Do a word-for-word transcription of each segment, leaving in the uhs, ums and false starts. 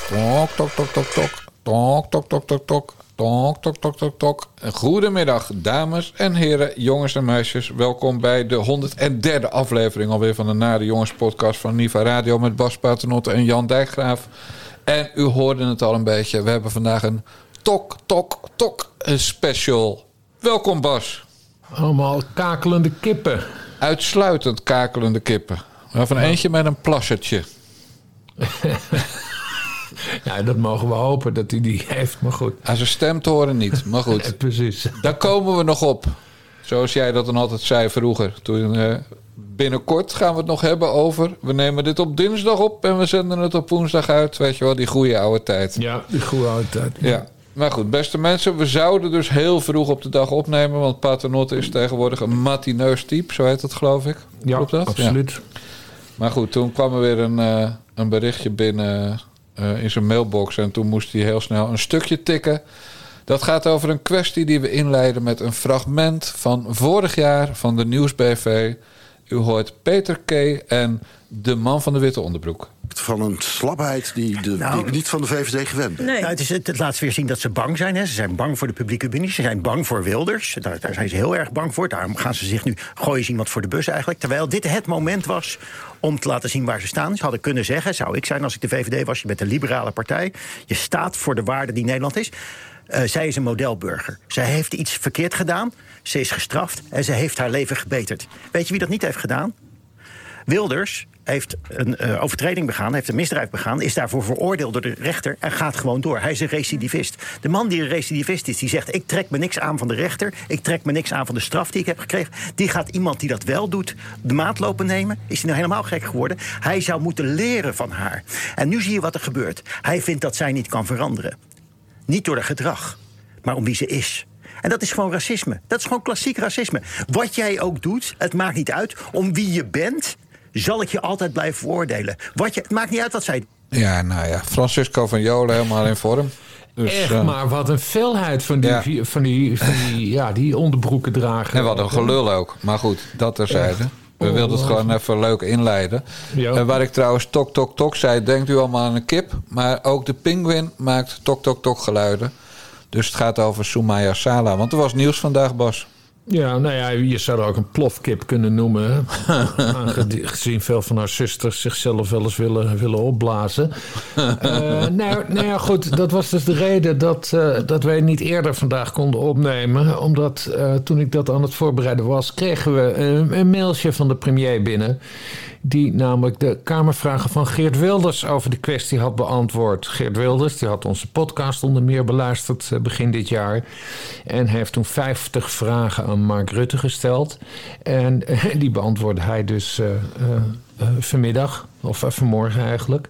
Tok, tok, tok, tok, tok. Tok, tok, tok, tok, tok. Tok, tok, tok, tok, tok. Goedemiddag, dames en heren, jongens en meisjes. Welkom bij de honderdderde aflevering alweer van de Nare Jongens podcast van Niva Radio met Bas Paternotte en Jan Dijkgraaf. En u hoorde het al een beetje. We hebben vandaag een tok, tok, tok special. Welkom, Bas. Allemaal kakelende kippen. Uitsluitend kakelende kippen. Waarvan eentje met een plassertje. Ja, dat mogen we hopen dat hij die heeft, maar goed. Aan zijn stem te horen niet, maar goed. Ja, precies. Daar komen we nog op. Zoals jij dat dan altijd zei vroeger. Toen, uh, binnenkort gaan we het nog hebben over... we nemen dit op dinsdag op en we zenden het op woensdag uit. Weet je wel, die goede oude tijd. Ja, die goede oude tijd. Ja. Ja. Maar goed, beste mensen, we zouden dus heel vroeg op de dag opnemen... want Paternotte is tegenwoordig een matineus type, zo heet het, geloof ik. Ja, klopt dat? absoluut. Ja. Maar goed, toen kwam er weer een, uh, een berichtje binnen uh, in zijn mailbox... en toen moest hij heel snel een stukje tikken. Dat gaat over een kwestie die we inleiden met een fragment van vorig jaar... van de Nieuws-B V. U hoort Peter K. en de man van de witte onderbroek. Van een slapheid die, de, nou, die ik niet van de V V D gewend ben. Nee. Nou, het, is, het, het laat weer zien dat ze bang zijn. Hè. Ze zijn bang voor de publieke opinie. Ze zijn bang voor Wilders. Daar, daar zijn ze heel erg bang voor. Daarom gaan ze zich nu gooien ze iemand voor de bus eigenlijk. Terwijl dit het moment was om te laten zien waar ze staan. Ze hadden kunnen zeggen, zou ik zijn als ik de V V D was... je bent een liberale partij. Je staat voor de waarde die Nederland is. Uh, zij is een modelburger. Zij heeft iets verkeerd gedaan. Ze is gestraft en ze heeft haar leven gebeterd. Weet je wie dat niet heeft gedaan? Wilders heeft een uh, overtreding begaan, heeft een misdrijf begaan... is daarvoor veroordeeld door de rechter en gaat gewoon door. Hij is een recidivist. De man die een recidivist is, die zegt... ik trek me niks aan van de rechter, ik trek me niks aan van de straf die ik heb gekregen... die gaat iemand die dat wel doet de maat lopen nemen. Is hij nou helemaal gek geworden? Hij zou moeten leren van haar. En nu zie je wat er gebeurt. Hij vindt dat zij niet kan veranderen. Niet door haar gedrag, maar om wie ze is. En dat is gewoon racisme. Dat is gewoon klassiek racisme. Wat jij ook doet, het maakt niet uit. Om wie je bent, zal ik je altijd blijven veroordelen. Wat je, het maakt niet uit wat zij... Ja, nou ja, Francisco van Jolen helemaal in vorm. Dus, Echt, uh, maar wat een felheid van die, ja. van die, van die, ja, die onderbroeken dragen. En wat een gelul ook. Maar goed, dat terzijde. Echt. We wilden het gewoon even leuk inleiden. Ja. En waar ik trouwens tok, tok, tok zei... denkt u allemaal aan een kip. Maar ook de pinguïn maakt tok, tok, tok geluiden. Dus het gaat over Soumaya Sala. Want er was nieuws vandaag, Bas. Ja, nou ja, je zou er ook een plofkip kunnen noemen. Aangezien veel van haar zusters zichzelf wel eens willen, willen opblazen. uh, nou, nou ja, goed, dat was dus de reden dat, uh, dat wij niet eerder vandaag konden opnemen. Omdat uh, toen ik dat aan het voorbereiden was... kregen we een, een mailtje van de premier binnen... die namelijk de Kamervragen van Geert Wilders over de kwestie had beantwoord. Geert Wilders die had onze podcast onder meer beluisterd uh, begin dit jaar. En heeft toen vijftig vragen aan Mark Rutte gesteld. En uh, die beantwoordde hij dus uh, uh, uh, vanmiddag, of uh, vanmorgen eigenlijk.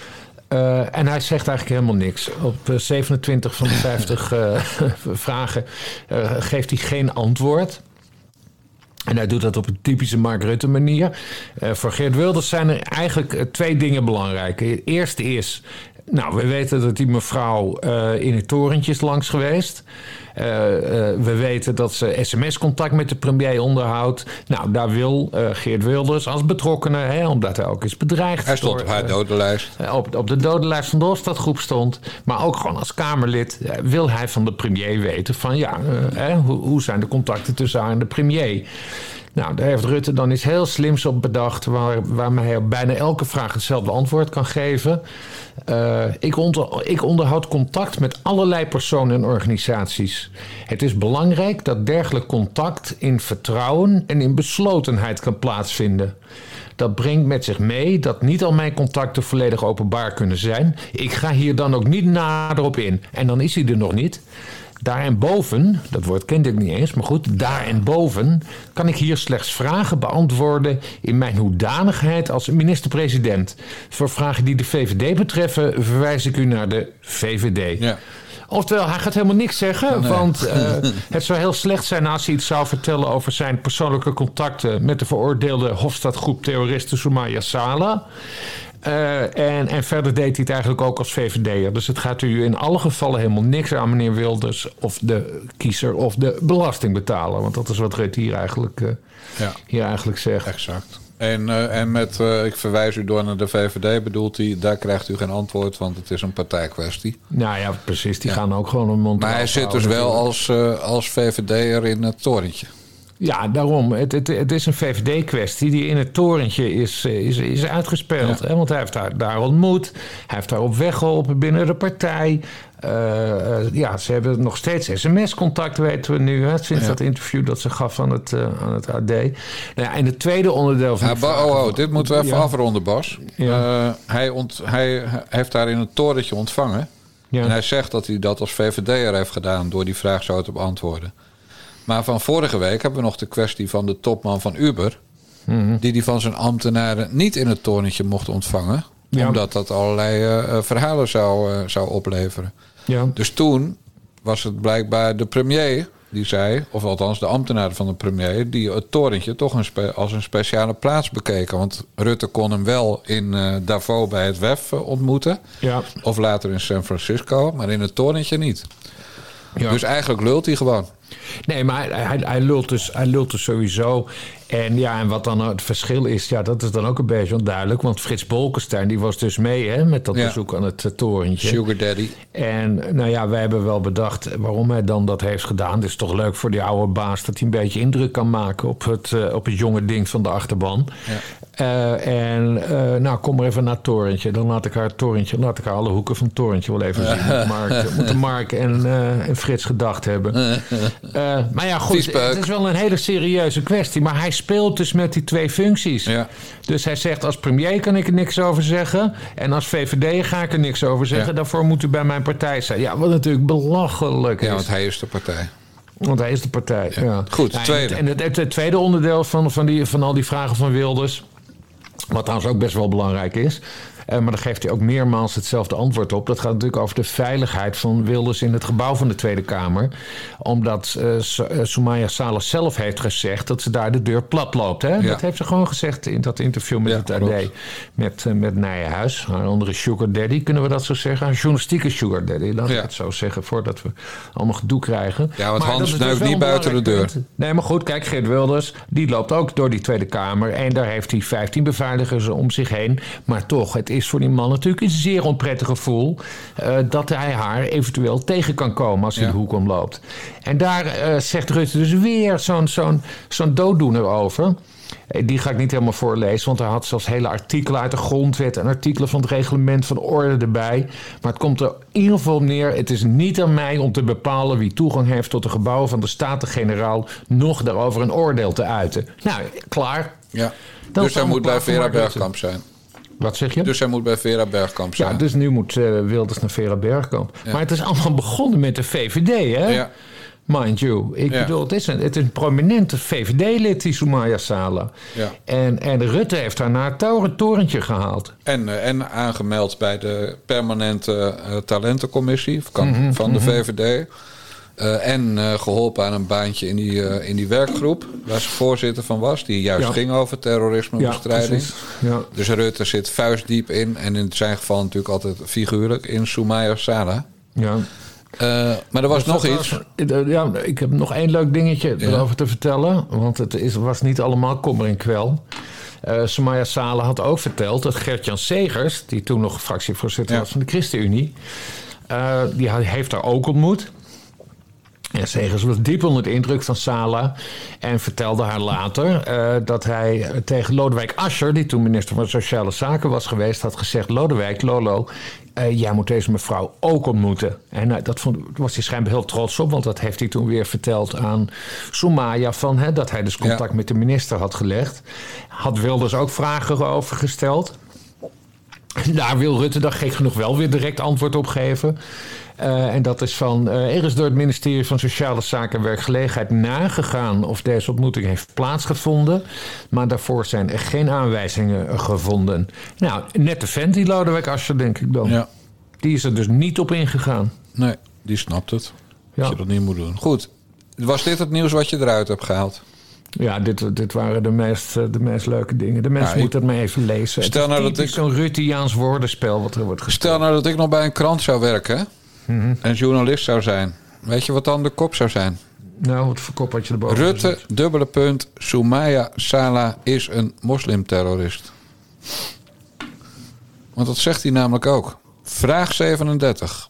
Uh, en hij zegt eigenlijk helemaal niks. Op uh, zevenentwintig van de vijftig uh, vragen uh, geeft hij geen antwoord. En hij doet dat op een typische Mark Rutte manier. Uh, voor Geert Wilders zijn er eigenlijk uh, twee dingen belangrijk. Het eerste is... Nou, we weten dat die mevrouw uh, in het torentje is langs geweest. Uh, uh, we weten dat ze sms-contact met de premier onderhoudt. Nou, daar wil uh, Geert Wilders als betrokkene... Hè, omdat hij ook is bedreigd. Hij stond door, op haar uh, dodenlijst. Uh, op, op de dodenlijst van de Hofstadgroep stond. Maar ook gewoon als Kamerlid uh, wil hij van de premier weten... van ja, uh, hè, hoe, hoe zijn de contacten tussen haar en de premier... Nou, daar heeft Rutte dan iets heel slims op bedacht... Waar, waarmee hij op bijna elke vraag hetzelfde antwoord kan geven. Uh, ik, onder, ik onderhoud contact met allerlei personen en organisaties. Het is belangrijk dat dergelijk contact in vertrouwen... en in beslotenheid kan plaatsvinden. Dat brengt met zich mee dat niet al mijn contacten volledig openbaar kunnen zijn. Ik ga hier dan ook niet nader op in. En dan is hij er nog niet... Daar en boven, dat woord kende ik niet eens, maar goed, daar en boven kan ik hier slechts vragen beantwoorden in mijn hoedanigheid als minister-president. Voor vragen die de V V D betreffen, verwijs ik u naar de V V D. Ja. Oftewel, hij gaat helemaal niks zeggen, nee. want uh, het zou heel slecht zijn als hij iets zou vertellen over zijn persoonlijke contacten met de veroordeelde Hofstadgroep-terroriste Soumaya Sala. Uh, en, en verder deed hij het eigenlijk ook als V V D'er. Dus het gaat u in alle gevallen helemaal niks aan meneer Wilders... of de kiezer of de belastingbetaler. Want dat is wat Rutte hier eigenlijk, uh, ja. hier eigenlijk zegt. Exact. En, uh, en met, uh, ik verwijs u door naar de V V D, bedoelt hij, daar krijgt u geen antwoord, want het is een partijkwestie. Nou ja, precies. Die ja. gaan ook gewoon een mond. Maar hij zit dus wel als, uh, als V V D'er in het torentje. Ja, daarom. Het, het, het is een V V D-kwestie die in het torentje is, is, is uitgespeeld. Ja. Hè? Want hij heeft haar daar ontmoet. Hij heeft haar op weg geholpen binnen de partij. Uh, uh, ja, ze hebben nog steeds sms-contact, weten we nu. Hè? Sinds ja. dat interview dat ze gaf aan het, uh, aan het A D. Nou ja, en het tweede onderdeel van... Ja, ba- oh, oh, dit moeten we even ja. afronden, Bas. Ja. Uh, hij, ont, hij heeft haar in het torentje ontvangen. Ja. En hij zegt dat hij dat als V V D'er heeft gedaan... door die vraag zo te beantwoorden. Maar van vorige week hebben we nog de kwestie van de topman van Uber... Mm-hmm. die die van zijn ambtenaren niet in het torentje mocht ontvangen... Ja. omdat dat allerlei uh, verhalen zou, uh, zou opleveren. Ja. Dus toen was het blijkbaar de premier die zei... of althans de ambtenaren van de premier... die het torentje toch een spe- als een speciale plaats bekeken. Want Rutte kon hem wel in uh, Davos bij het W E F uh, ontmoeten. Ja. Of later in San Francisco, maar in het torentje niet. Ja. Dus eigenlijk lult hij gewoon. Nee, maar hij, hij, lult dus, hij lult dus sowieso. En ja, en wat dan het verschil is, ja, dat is dan ook een beetje onduidelijk. Want Frits Bolkestein, die was dus mee hè, met dat ja. bezoek aan het uh, torentje. Sugar Daddy. En nou ja, wij hebben wel bedacht waarom hij dan dat heeft gedaan. Het is toch leuk voor die oude baas dat hij een beetje indruk kan maken op het, uh, op het jonge ding van de achterban. Ja. Uh, en uh, nou, kom maar even naar het torentje. Dan laat ik haar het torentje, laat ik haar alle hoeken van het torentje wel even zien. Wat Mark, moeten Mark en, uh, en Frits gedacht hebben. Uh, maar ja, goed, het is wel een hele serieuze kwestie. Maar hij speelt dus met die twee functies. Ja. Dus hij zegt, als premier kan ik er niks over zeggen. En als V V D'er ga ik er niks over zeggen. Ja. Daarvoor moet u bij mijn partij zijn. Ja, wat natuurlijk belachelijk is. Ja, want hij is de partij. Want hij is de partij, ja. ja. Goed, het tweede. En het, het, het tweede onderdeel van, van, die, van al die vragen van Wilders... wat trouwens ook best wel belangrijk is... Uh, maar daar geeft hij ook meermaals hetzelfde antwoord op. Dat gaat natuurlijk over de veiligheid van Wilders in het gebouw van de Tweede Kamer. Omdat uh, Soumaya Saleh zelf heeft gezegd dat ze daar de deur plat loopt. Hè? Ja. Dat heeft ze gewoon gezegd in dat interview met ja, het A D. Met, uh, met Nijenhuis, haar andere sugar daddy, kunnen we dat zo zeggen? Een journalistieke sugar daddy, laat ja. ik het zo zeggen, voordat we allemaal gedoe krijgen. Ja, want maar Hans snuift niet buiten de deur. Punt. Nee, maar goed, kijk, Geert Wilders, die loopt ook door die Tweede Kamer. En daar heeft hij vijftien beveiligers om zich heen. Maar toch, het is voor die man natuurlijk een zeer onprettig gevoel... Uh, dat hij haar eventueel tegen kan komen als hij ja. de hoek omloopt. En daar uh, zegt Rutte dus weer zo'n, zo'n, zo'n dooddoener over... Die ga ik niet helemaal voorlezen, want hij had zelfs hele artikelen uit de grondwet... en artikelen van het reglement van de orde erbij. Maar het komt er in ieder geval neer... het is niet aan mij om te bepalen wie toegang heeft tot de gebouwen van de Staten-Generaal... nog daarover een oordeel te uiten. Nou, klaar. Ja. Dus hij moet bij Vera Bergkamp zijn. Wat zeg je? Dus hij moet bij Vera Bergkamp zijn. Ja, dus nu moet uh, Wilders naar Vera Bergkamp. Ja. Maar het is allemaal begonnen met de V V D, hè? Ja. Mind you. Ik ja. bedoel, het is, een, het is een prominente V V D-lid, die Soumaya Saleh. Ja. En, en Rutte heeft haar naar het torentje gehaald. En, uh, en aangemeld bij de permanente uh, talentencommissie van, mm-hmm, van de mm-hmm. V V D. Uh, en uh, geholpen aan een baantje in die, uh, in die werkgroep... waar ze voorzitter van was... die juist ja. ging over terrorismebestrijding. Ja, ja. Dus Rutte zit vuistdiep in... en in zijn geval natuurlijk altijd figuurlijk... in Soumaya Saleh. Ja. Uh, maar er was dat nog iets. Was, ja, ik heb nog één leuk dingetje ja. erover te vertellen. Want het is, was niet allemaal kommer en kwel. Uh, Soumaya Saleh had ook verteld dat Gert-Jan Segers... die toen nog fractievoorzitter ja. was van de ChristenUnie... Uh, die heeft haar ook ontmoet... En Segers was diep onder de indruk van Saleh en vertelde haar later uh, dat hij tegen Lodewijk Asscher, die toen minister van Sociale Zaken was geweest, had gezegd: Lodewijk, Lolo, uh, jij moet deze mevrouw ook ontmoeten. En uh, dat vond, was hij schijnbaar heel trots op, want dat heeft hij toen weer verteld aan Soumaya, van, hè, dat hij dus contact ja. met de minister had gelegd. Had Wilders ook vragen over gesteld. Daar wil Rutte dan gek genoeg wel weer direct antwoord op geven. Uh, en dat is van, uh, er is door het ministerie van Sociale Zaken en Werkgelegenheid nagegaan of deze ontmoeting heeft plaatsgevonden. Maar daarvoor zijn er geen aanwijzingen gevonden. Nou, net de vent die Lodewijk Asscher, denk ik dan. Ja. Die is er dus niet op ingegaan. Nee, die snapt het. Ja. Dat je dat niet moet doen. Goed, was dit het nieuws wat je eruit hebt gehaald? Ja, dit, dit waren de meest, de meest leuke dingen. De mensen ja, moeten het maar even lezen. Stel nou dat ik zo'n Ruttiaans woordenspel wat er wordt gespeeld. Stel nou dat ik nog bij een krant zou werken... Mm-hmm. en journalist zou zijn. Weet je wat dan de kop zou zijn? Nou, wat voor kop had je erboven Rutte, gezet? dubbele punt. Soumaya Salah is een moslimterrorist. Want dat zegt hij namelijk ook. Vraag zevenendertig.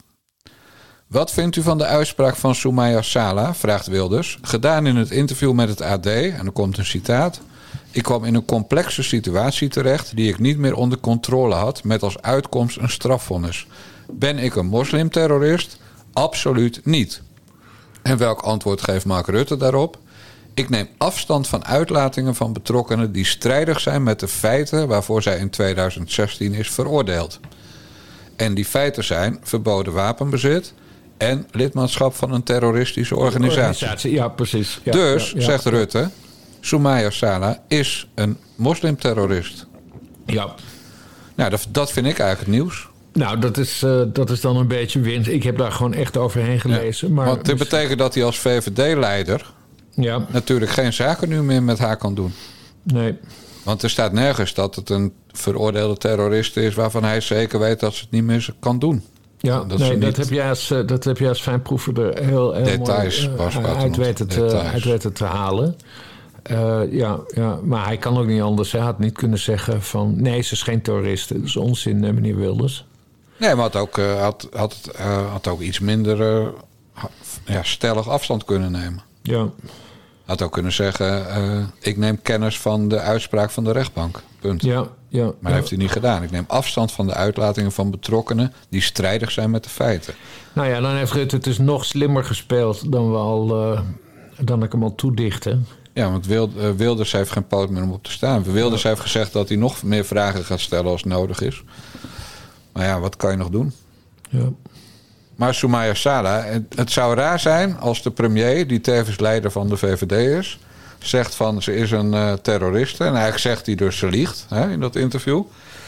Wat vindt u van de uitspraak van Soumaya Salah, vraagt Wilders, gedaan in het interview met het A D, en er komt een citaat. Ik kwam in een complexe situatie terecht die ik niet meer onder controle had, met als uitkomst een strafvonnis. Ben ik een moslimterrorist? Absoluut niet. En welk antwoord geeft Mark Rutte daarop? Ik neem afstand van uitlatingen van betrokkenen die strijdig zijn met de feiten waarvoor zij in tweeduizend zestien is veroordeeld. En die feiten zijn verboden wapenbezit en lidmaatschap van een terroristische organisatie. Organisatie, ja, precies. Ja, dus, ja, ja. zegt Rutte, Soumaya Salah is een moslimterrorist. Ja. Nou, dat, dat vind ik eigenlijk het nieuws. Nou, dat is, uh, dat is dan een beetje winst. Ik heb daar gewoon echt overheen gelezen. Ja, maar want dit betekent dat hij als V V D-leider ja. natuurlijk geen zaken nu meer met haar kan doen. Nee. Want er staat nergens dat het een veroordeelde terrorist is waarvan hij zeker weet dat ze het niet meer kan doen. Ja, dat, nee, niet... dat, heb jij als, dat heb jij als fijnproever er heel, heel Details, mooi Bas, uh, uit, weten te, Details. uit weten te halen. Uh, ja, ja, maar hij kan ook niet anders. Hij had niet kunnen zeggen van nee, ze is geen terrorist. Dat is onzin, meneer Wilders. Nee, maar had ook, uh, had, had, uh, had ook iets minder uh, ja, stellig afstand kunnen nemen. Ja. Had ook kunnen zeggen, uh, ik neem kennis van de uitspraak van de rechtbank. Punt. Ja, ja, maar dat ja. heeft hij niet gedaan. Ik neem afstand van de uitlatingen van betrokkenen die strijdig zijn met de feiten. Nou ja, dan heeft Rutte het dus nog slimmer gespeeld dan we al, uh, dan ik hem al toedichtte. Ja, want Wilders heeft geen poot meer om op te staan. Wilders heeft gezegd dat hij nog meer vragen gaat stellen als nodig is. Maar ja, wat kan je nog doen? Ja. Maar Soumaya Salah, het, het zou raar zijn als de premier, die tevens leider van de V V D is, zegt van ze is een uh, terroriste. En eigenlijk zegt hij dus ze liegt hè, in dat interview.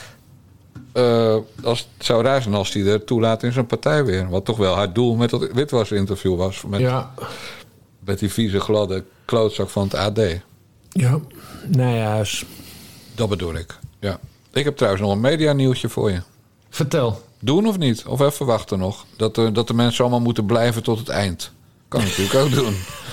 Uh, als, het zou raar zijn als hij er toelaat in zijn partij weer. Wat toch wel haar doel met dat witwasinterview was. Met, ja. met die vieze gladde klootzak van het A D. Ja, nou ja. Dat bedoel ik, ja. Ik heb trouwens nog een medianieuwtje voor je. Vertel. Doen of niet? Of even wachten nog? Dat de, dat de mensen allemaal moeten blijven tot het eind. Kan natuurlijk ook doen.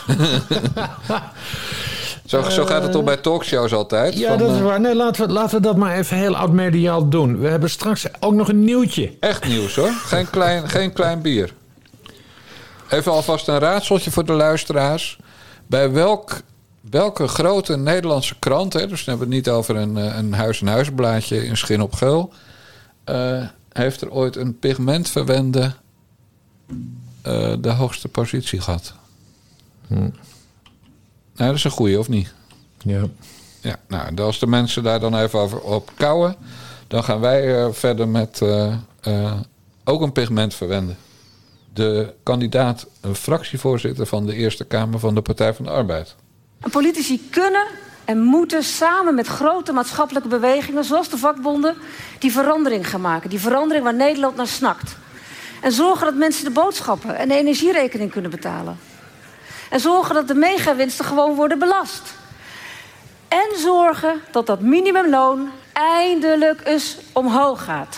zo, uh, zo gaat het toch bij talkshows altijd? Ja, van, dat is uh, waar. Nee, laten we, laten we dat maar even heel oud-mediaal doen. We hebben straks ook nog een nieuwtje. Echt nieuws hoor. Geen klein, geen klein bier. Even alvast een raadseltje voor de luisteraars. Bij welk, welke grote Nederlandse krant... Hè, dus we hebben het niet over een, een huis-en-huisblaadje in Schin op Geul... Uh, heeft er ooit een pigmentverwende uh, de hoogste positie gehad? Hm. Nou, dat is een goeie, of niet? Ja. Ja, nou, als de mensen daar dan even over op kouwen... dan gaan wij uh, verder met uh, uh, ook een pigmentverwende. De kandidaat, een fractievoorzitter van de Eerste Kamer van de Partij van de Arbeid. En politici kunnen en moeten samen met grote maatschappelijke bewegingen, zoals de vakbonden, die verandering gaan maken. Die verandering waar Nederland naar snakt. En zorgen dat mensen de boodschappen en de energierekening kunnen betalen. En zorgen dat de megawinsten gewoon worden belast. En zorgen dat dat minimumloon eindelijk eens omhoog gaat.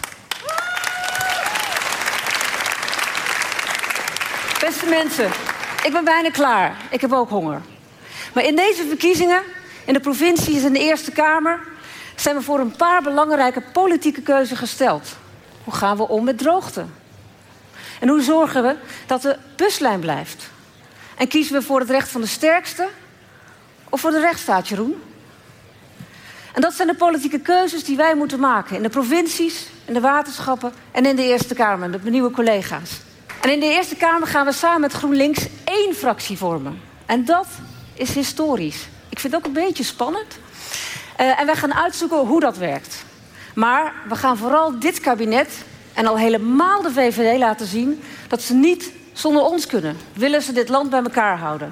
Beste mensen, ik ben bijna klaar. Ik heb ook honger. Maar in deze verkiezingen, in de provincies en de Eerste Kamer, zijn we voor een paar belangrijke politieke keuzes gesteld. Hoe gaan we om met droogte? En hoe zorgen we dat de buslijn blijft? En kiezen we voor het recht van de sterkste of voor de rechtsstaat, Jeroen? En dat zijn de politieke keuzes die wij moeten maken in de provincies, in de waterschappen en in de Eerste Kamer met mijn nieuwe collega's. En in de Eerste Kamer gaan we samen met GroenLinks één fractie vormen. En dat is historisch. Ik vind het ook een beetje spannend. Uh, en wij gaan uitzoeken hoe dat werkt. Maar we gaan vooral dit kabinet en al helemaal de V V D laten zien dat ze niet zonder ons kunnen. Willen ze dit land bij elkaar houden.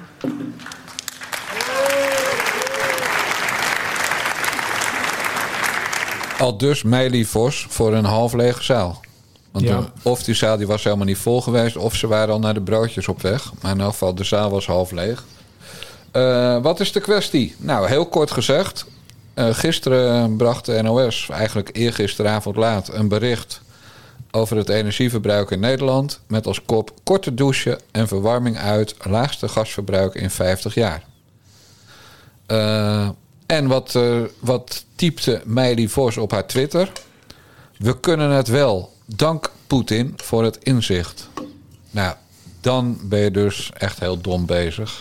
Al dus Meili Vos voor een half lege zaal. Want ja. de, of die zaal die was helemaal niet vol geweest, of ze waren al naar de broodjes op weg. Maar in elk geval, de zaal was half leeg. Uh, wat is de kwestie? Nou, heel kort gezegd. Uh, gisteren bracht de N O S, eigenlijk eergisteravond laat, een bericht over het energieverbruik in Nederland met als kop korte douchen en verwarming uit, laagste gasverbruik in vijftig jaar. Uh, en wat, uh, wat typte Meili Vos op haar Twitter? We kunnen het wel, dank Poetin voor het inzicht. Nou, dan ben je dus echt heel dom bezig.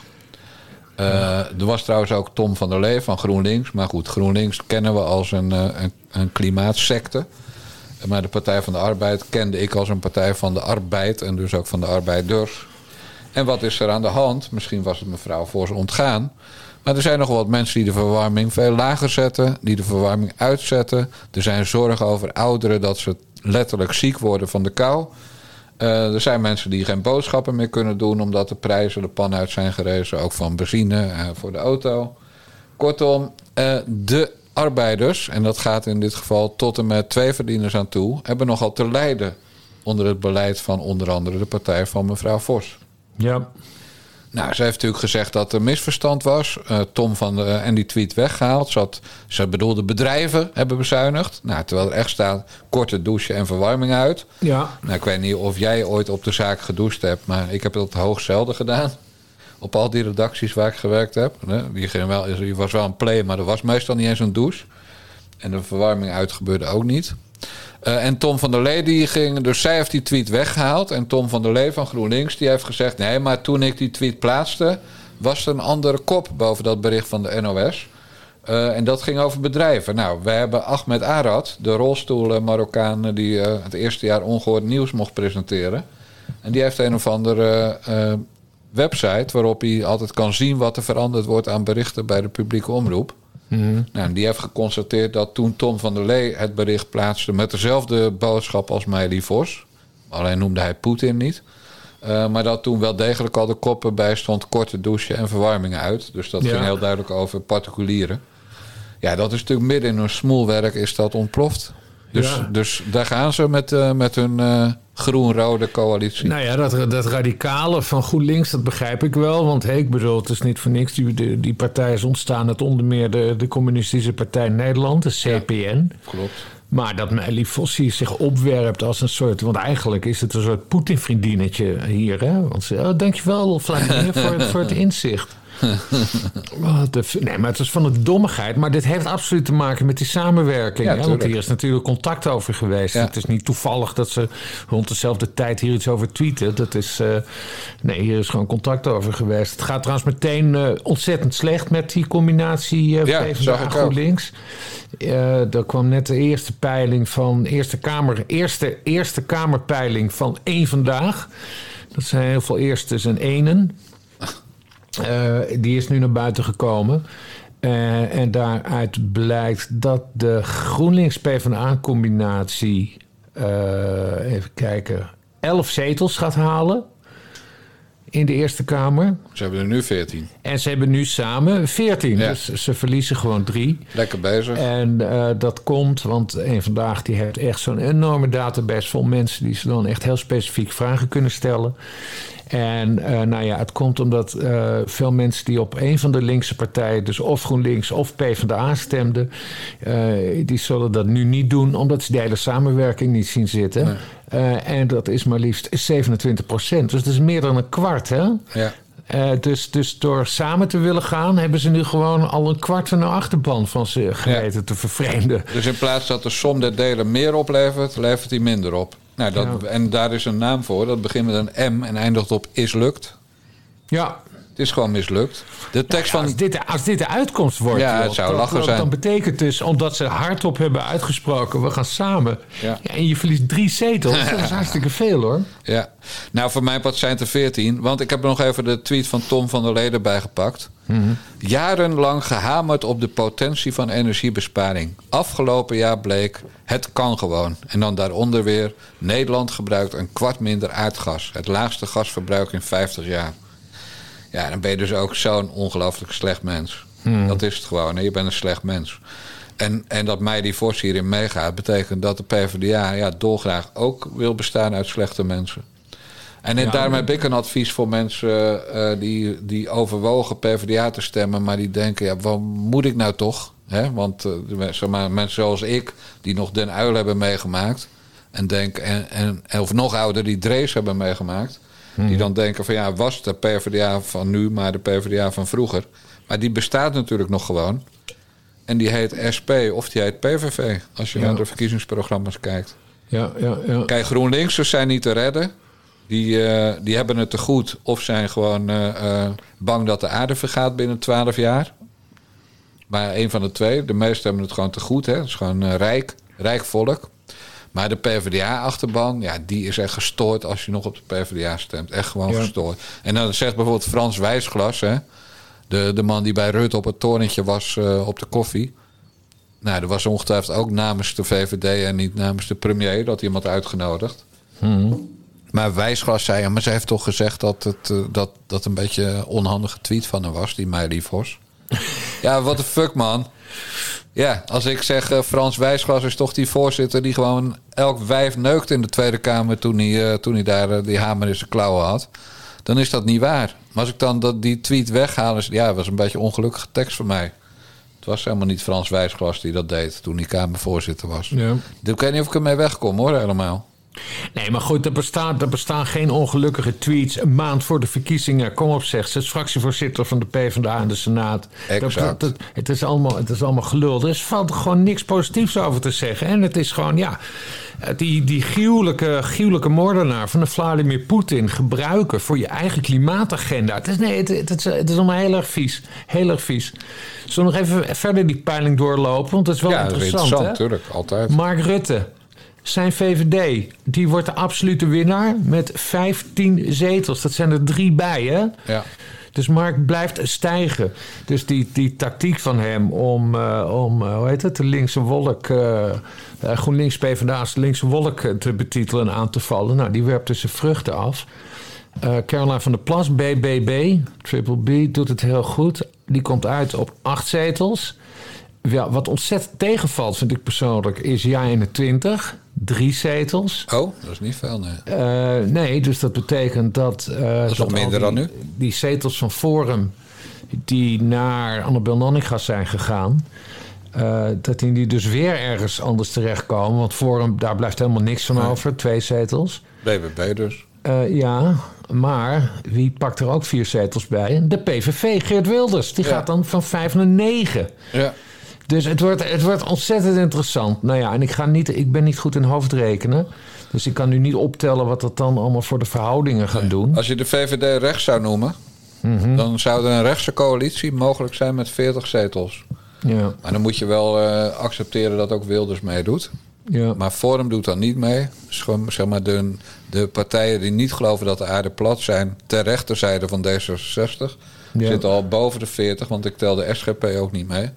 Uh, er was trouwens ook Tom van der Lee van GroenLinks. Maar goed, GroenLinks kennen we als een, een, een klimaatsecte. Maar de Partij van de Arbeid kende ik als een partij van de arbeid. En dus ook van de arbeiders. En wat is er aan de hand? Misschien was het mevrouw Vos ontgaan. Maar er zijn nog wat mensen die de verwarming veel lager zetten. Die de verwarming uitzetten. Er zijn zorgen over ouderen dat ze letterlijk ziek worden van de kou. Uh, er zijn mensen die geen boodschappen meer kunnen doen omdat de prijzen de pan uit zijn gerezen. Ook van benzine uh, voor de auto. Kortom, uh, de arbeiders, en dat gaat in dit geval tot en met twee verdieners aan toe, hebben nogal te lijden onder het beleid van onder andere de partij van mevrouw Vos. Ja. Nou, ze heeft natuurlijk gezegd dat er misverstand was. Uh, Tom van de, en die tweet weggehaald. Ze, had, ze bedoelde bedrijven hebben bezuinigd. Nou, terwijl er echt staat korte douche en verwarming uit. Ja. Nou, ik weet niet of jij ooit op de zaak gedoucht hebt, maar ik heb dat hoogst zelden gedaan. Op al die redacties waar ik gewerkt heb. Die, ging wel, die was wel een play, maar er was meestal niet eens een douche. En de verwarming uit gebeurde ook niet. Uh, en Tom van der Lee, die ging, dus zij heeft die tweet weggehaald. En Tom van der Lee van GroenLinks, die heeft gezegd, nee, maar toen ik die tweet plaatste, was er een andere kop boven dat bericht van de N O S. Uh, en dat ging over bedrijven. Nou, wij hebben Ahmed Arad, de rolstoelen Marokkaan die uh, het eerste jaar ongehoord nieuws mocht presenteren. En die heeft een of andere uh, website waarop hij altijd kan zien wat er veranderd wordt aan berichten bij de publieke omroep. Mm-hmm. Nou, die heeft geconstateerd dat toen Tom van der Lee het bericht plaatste met dezelfde boodschap als Meili Vos, alleen noemde hij Poetin niet, uh, maar dat toen wel degelijk al de koppen bij stond korte douche en verwarming uit. Dus dat ja. ging heel duidelijk over particulieren. Ja, dat is natuurlijk midden in hun smoelwerk is dat ontploft. Dus, ja. dus daar gaan ze met, uh, met hun uh, groen-rode coalitie. Nou ja, dat, dat radicale van GroenLinks, dat begrijp ik wel. Want hey, ik bedoel, het is niet voor niks. Die, die, die partij is ontstaan uit onder meer de, de Communistische Partij Nederland, de C P N. Ja, klopt. Maar dat Meili Vos zich opwerpt als een soort... Want eigenlijk is het een soort Poetin-vriendinnetje hier. Hè? Want ze, oh, dankjewel, Vladimir, voor, het, voor het inzicht. Nee, maar het is van de dommigheid. Maar dit heeft absoluut te maken met die samenwerking. Ja, hè? Want hier is natuurlijk contact over geweest. Ja. Het is niet toevallig dat ze rond dezelfde tijd hier iets over tweeten. Dat is, uh, nee, hier is gewoon contact over geweest. Het gaat trouwens meteen uh, ontzettend slecht met die combinatie uh, ja, PvdA GroenLinks. Uh, er kwam net de eerste peiling van Eerste Kamer, eerste, eerste Kamerpeiling van één Vandaag. Dat zijn heel veel eerstes en enen. Uh, die is nu naar buiten gekomen. Uh, en daaruit blijkt dat de GroenLinks-PvdA-combinatie... Uh, even kijken... elf zetels gaat halen in de Eerste Kamer. Ze hebben er nu veertien. En ze hebben nu samen veertien. Ja. Dus ze verliezen gewoon drie. Lekker bezig. En uh, dat komt, want een Vandaag die heeft echt zo'n enorme database vol mensen... die ze dan echt heel specifiek vragen kunnen stellen... En uh, nou ja, het komt omdat uh, veel mensen die op een van de linkse partijen... dus of GroenLinks of PvdA stemden... Uh, die zullen dat nu niet doen... omdat ze de hele samenwerking niet zien zitten. Nee. Uh, en dat is maar liefst zevenentwintig procent. Dus dat is meer dan een kwart, hè? Ja. Uh, dus, dus door samen te willen gaan... hebben ze nu gewoon al een kwart van de achterban van ze geweten ja. te vervreemden. Dus in plaats dat de som der delen meer oplevert... levert die minder op. Nou, dat, ja. En daar is een naam voor. Dat begint met een M en eindigt op is lukt. Ja. Het is gewoon mislukt. De tekst ja, ja, als, van... dit, als dit de uitkomst wordt... Ja, joh, het zou dan, lachen dan, zijn. Dan betekent dus, omdat ze hardop hebben uitgesproken... we gaan samen. Ja. Ja, en je verliest drie zetels. Dat is hartstikke veel, hoor. Ja. Nou, voor mijn part zijn het er veertien. Want ik heb er nog even de tweet van Tom van der Lee erbij gepakt. Mm-hmm. Jarenlang gehamerd op de potentie van energiebesparing. Afgelopen jaar bleek, het kan gewoon. En dan daaronder weer... Nederland gebruikt een kwart minder aardgas. Het laagste gasverbruik in vijftig jaar. Ja, dan ben je dus ook zo'n ongelooflijk slecht mens. Hmm. Dat is het gewoon. Hè? Je bent een slecht mens. En, en dat Meili Vos hierin meegaat... betekent dat de PvdA ja, dolgraag ook wil bestaan uit slechte mensen. En ja, daarom heb ik een advies voor mensen... Uh, die, die overwogen PvdA te stemmen... maar die denken, ja, wat moet ik nou toch? Hè? Want uh, zeg maar, mensen zoals ik... die nog Den Uyl hebben meegemaakt... En denk, en, en, of nog ouder, die Drees hebben meegemaakt. Hmm. Die dan denken van ja, was de PvdA van nu, maar de PvdA van vroeger. Maar die bestaat natuurlijk nog gewoon. En die heet S P of die heet P V V. Als je ja. naar de verkiezingsprogramma's kijkt. Ja, ja, ja. Kijk, GroenLinksers zijn niet te redden. Die, uh, die hebben het te goed. Of zijn gewoon uh, uh, bang dat de aarde vergaat binnen twaalf jaar. Maar een van de twee. De meesten hebben het gewoon te goed. Hè? Het is gewoon uh, rijk. Rijk volk. Maar de PvdA-achterban, ja, die is echt gestoord als je nog op de PvdA stemt. Echt gewoon ja. gestoord. En dan zegt bijvoorbeeld Frans Wijsglas, hè, de, de man die bij Rutte op het torentje was uh, op de koffie. Nou, er was ongetwijfeld ook namens de V V D en niet namens de premier dat iemand uitgenodigd. Hmm. Maar Wijsglas zei, ja, maar ze heeft toch gezegd dat het uh, dat, dat een beetje een onhandige tweet van haar was, die Meili Vos. Ja, what the fuck, man. Ja, als ik zeg uh, Frans Wijsglas is toch die voorzitter die gewoon elk wijf neukt in de Tweede Kamer toen hij, uh, toen hij daar uh, die hamer in zijn klauwen had. Dan is dat niet waar. Maar als ik dan dat, die tweet weghaal, is ja, het was een beetje een ongelukkige tekst voor mij. Het was helemaal niet Frans Wijsglas die dat deed toen hij Kamervoorzitter was. Ja. Ik weet niet of ik ermee wegkom hoor, helemaal. Nee, maar goed, er, bestaat, er bestaan geen ongelukkige tweets. Een maand voor de verkiezingen. Kom op, zegt ze. Het is fractievoorzitter van de PvdA in de Senaat. Exact. Dat, dat, het, is allemaal, het is allemaal gelul. Er is, valt gewoon niks positiefs over te zeggen. En het is gewoon, ja... Die, die gruwelijke, gruwelijke moordenaar van de Vladimir Poetin gebruiken voor je eigen klimaatagenda. Het is, nee, het, het, is, het is allemaal heel erg vies. Heel erg vies. Zullen we nog even verder die peiling doorlopen? Want dat is wel ja, interessant. Ja, interessant, hè? natuurlijk. Altijd. Mark Rutte. Zijn V V D, die wordt de absolute winnaar met vijftien zetels. Dat zijn er drie bij, hè? Ja. Dus Mark blijft stijgen. Dus die, die tactiek van hem om, uh, om uh, hoe heet het, de linkse wolk... Uh, uh, GroenLinks PvdA's de linkse wolk te betitelen en aan te vallen... nou, die werpt dus zijn vruchten af. Uh, Caroline van der Plas, B B B, Triple B, doet het heel goed. Die komt uit op acht zetels. Ja, wat ontzettend tegenvalt, vind ik persoonlijk, is J eenentwintig... Drie zetels. Oh, dat is niet veel, nee. Uh, nee, dus dat betekent dat... Uh, dat is nog minder die, dan nu? Die zetels van Forum die naar Annabel Nanninga zijn gegaan... Uh, dat die, die dus weer ergens anders terechtkomen. Want Forum, daar blijft helemaal niks van nee. over. Twee zetels. B B B dus. Uh, ja, maar wie pakt er ook vier zetels bij? De P V V, Geert Wilders. Die ja. gaat dan van vijf naar negen. Ja. Dus het wordt, het wordt ontzettend interessant. Nou ja, en ik, ga niet, ik ben niet goed in hoofdrekenen. Dus ik kan nu niet optellen wat dat dan allemaal voor de verhoudingen gaat nee. doen. Als je de V V D rechts zou noemen... Mm-hmm. dan zou er een rechtse coalitie mogelijk zijn met veertig zetels. Ja. Maar dan moet je wel uh, accepteren dat ook Wilders meedoet. Ja. Maar Forum doet dan niet mee. Dus gewoon, zeg maar, de, de partijen die niet geloven dat de aarde plat zijn... ter rechterzijde van D zesenzestig... Ja. zitten al boven de veertig, want ik tel de S G P ook niet mee...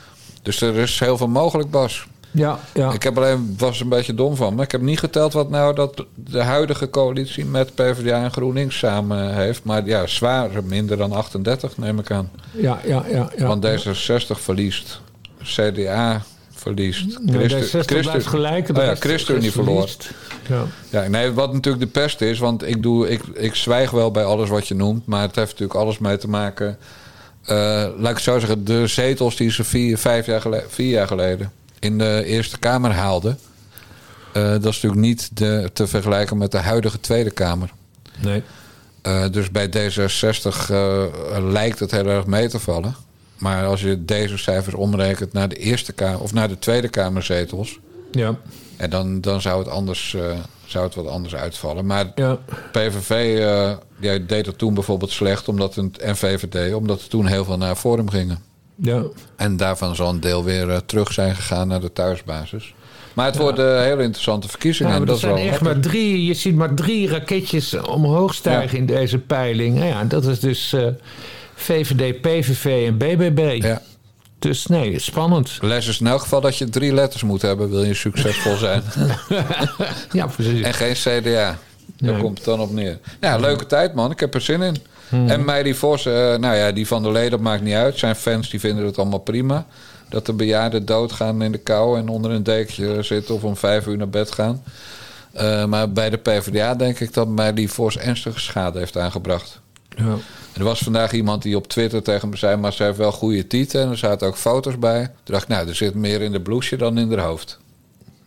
Dus er is heel veel mogelijk, Bas. Ja, ja. Ik heb alleen, was een beetje dom van. Maar ik heb niet geteld wat nou dat de huidige coalitie met PvdA en GroenLinks samen heeft. Maar ja, zwaar minder dan achtendertig, neem ik aan. Ja, ja, ja. ja Want D zesenzestig verliest. C D A verliest. Nee, Christen, D zesenzestig blijft gelijk. Oh ja, ChristenUnie verloor. Ja. Ja, nee, wat natuurlijk de pest is. Want ik, doe, ik, ik zwijg wel bij alles wat je noemt. Maar het heeft natuurlijk alles mee te maken... Uh, laat ik het zo zeggen, de zetels die ze vier, vijf jaar geleden, vier jaar geleden in de Eerste Kamer haalden... Uh, dat is natuurlijk niet de, te vergelijken met de huidige Tweede Kamer. Nee. Uh, dus bij D zesenzestig uh, lijkt het heel erg mee te vallen. Maar als je deze cijfers omrekent naar de Eerste Kamer of naar de Tweede Kamerzetels... Ja. En dan, dan zou het anders... Uh, zou het wat anders uitvallen. Maar ja. P V V uh, die deed het toen bijvoorbeeld slecht... Omdat het, en V V D, omdat er toen heel veel naar Forum gingen. Ja. En daarvan zal een deel weer uh, terug zijn gegaan naar de thuisbasis. Maar het ja. worden hele interessante verkiezingen. Ja, maar dat er zijn is wel echt maar drie... Je ziet maar drie raketjes omhoog stijgen ja. in deze peiling. Nou ja, dat is dus uh, V V D, P V V en B B B. Ja. Dus nee, spannend. Les is in elk geval dat je drie letters moet hebben... wil je succesvol zijn. Ja, precies. En geen C D A. Daar nee. komt het dan op neer. Ja, leuke tijd, man. Ik heb er zin in. Hmm. En Meili Vos, uh, nou ja, die van der Lee, dat maakt niet uit. Zijn fans die vinden het allemaal prima. Dat de bejaarden doodgaan in de kou... en onder een dekentje zitten of om vijf uur naar bed gaan. Uh, maar bij de PvdA denk ik dat Meili Vos ernstige schade heeft aangebracht. Ja. Er was vandaag iemand die op Twitter tegen me zei... maar ze heeft wel goede tieten en er zaten ook foto's bij. Toen dacht ik, nou, er zit meer in de blouseje dan in haar hoofd.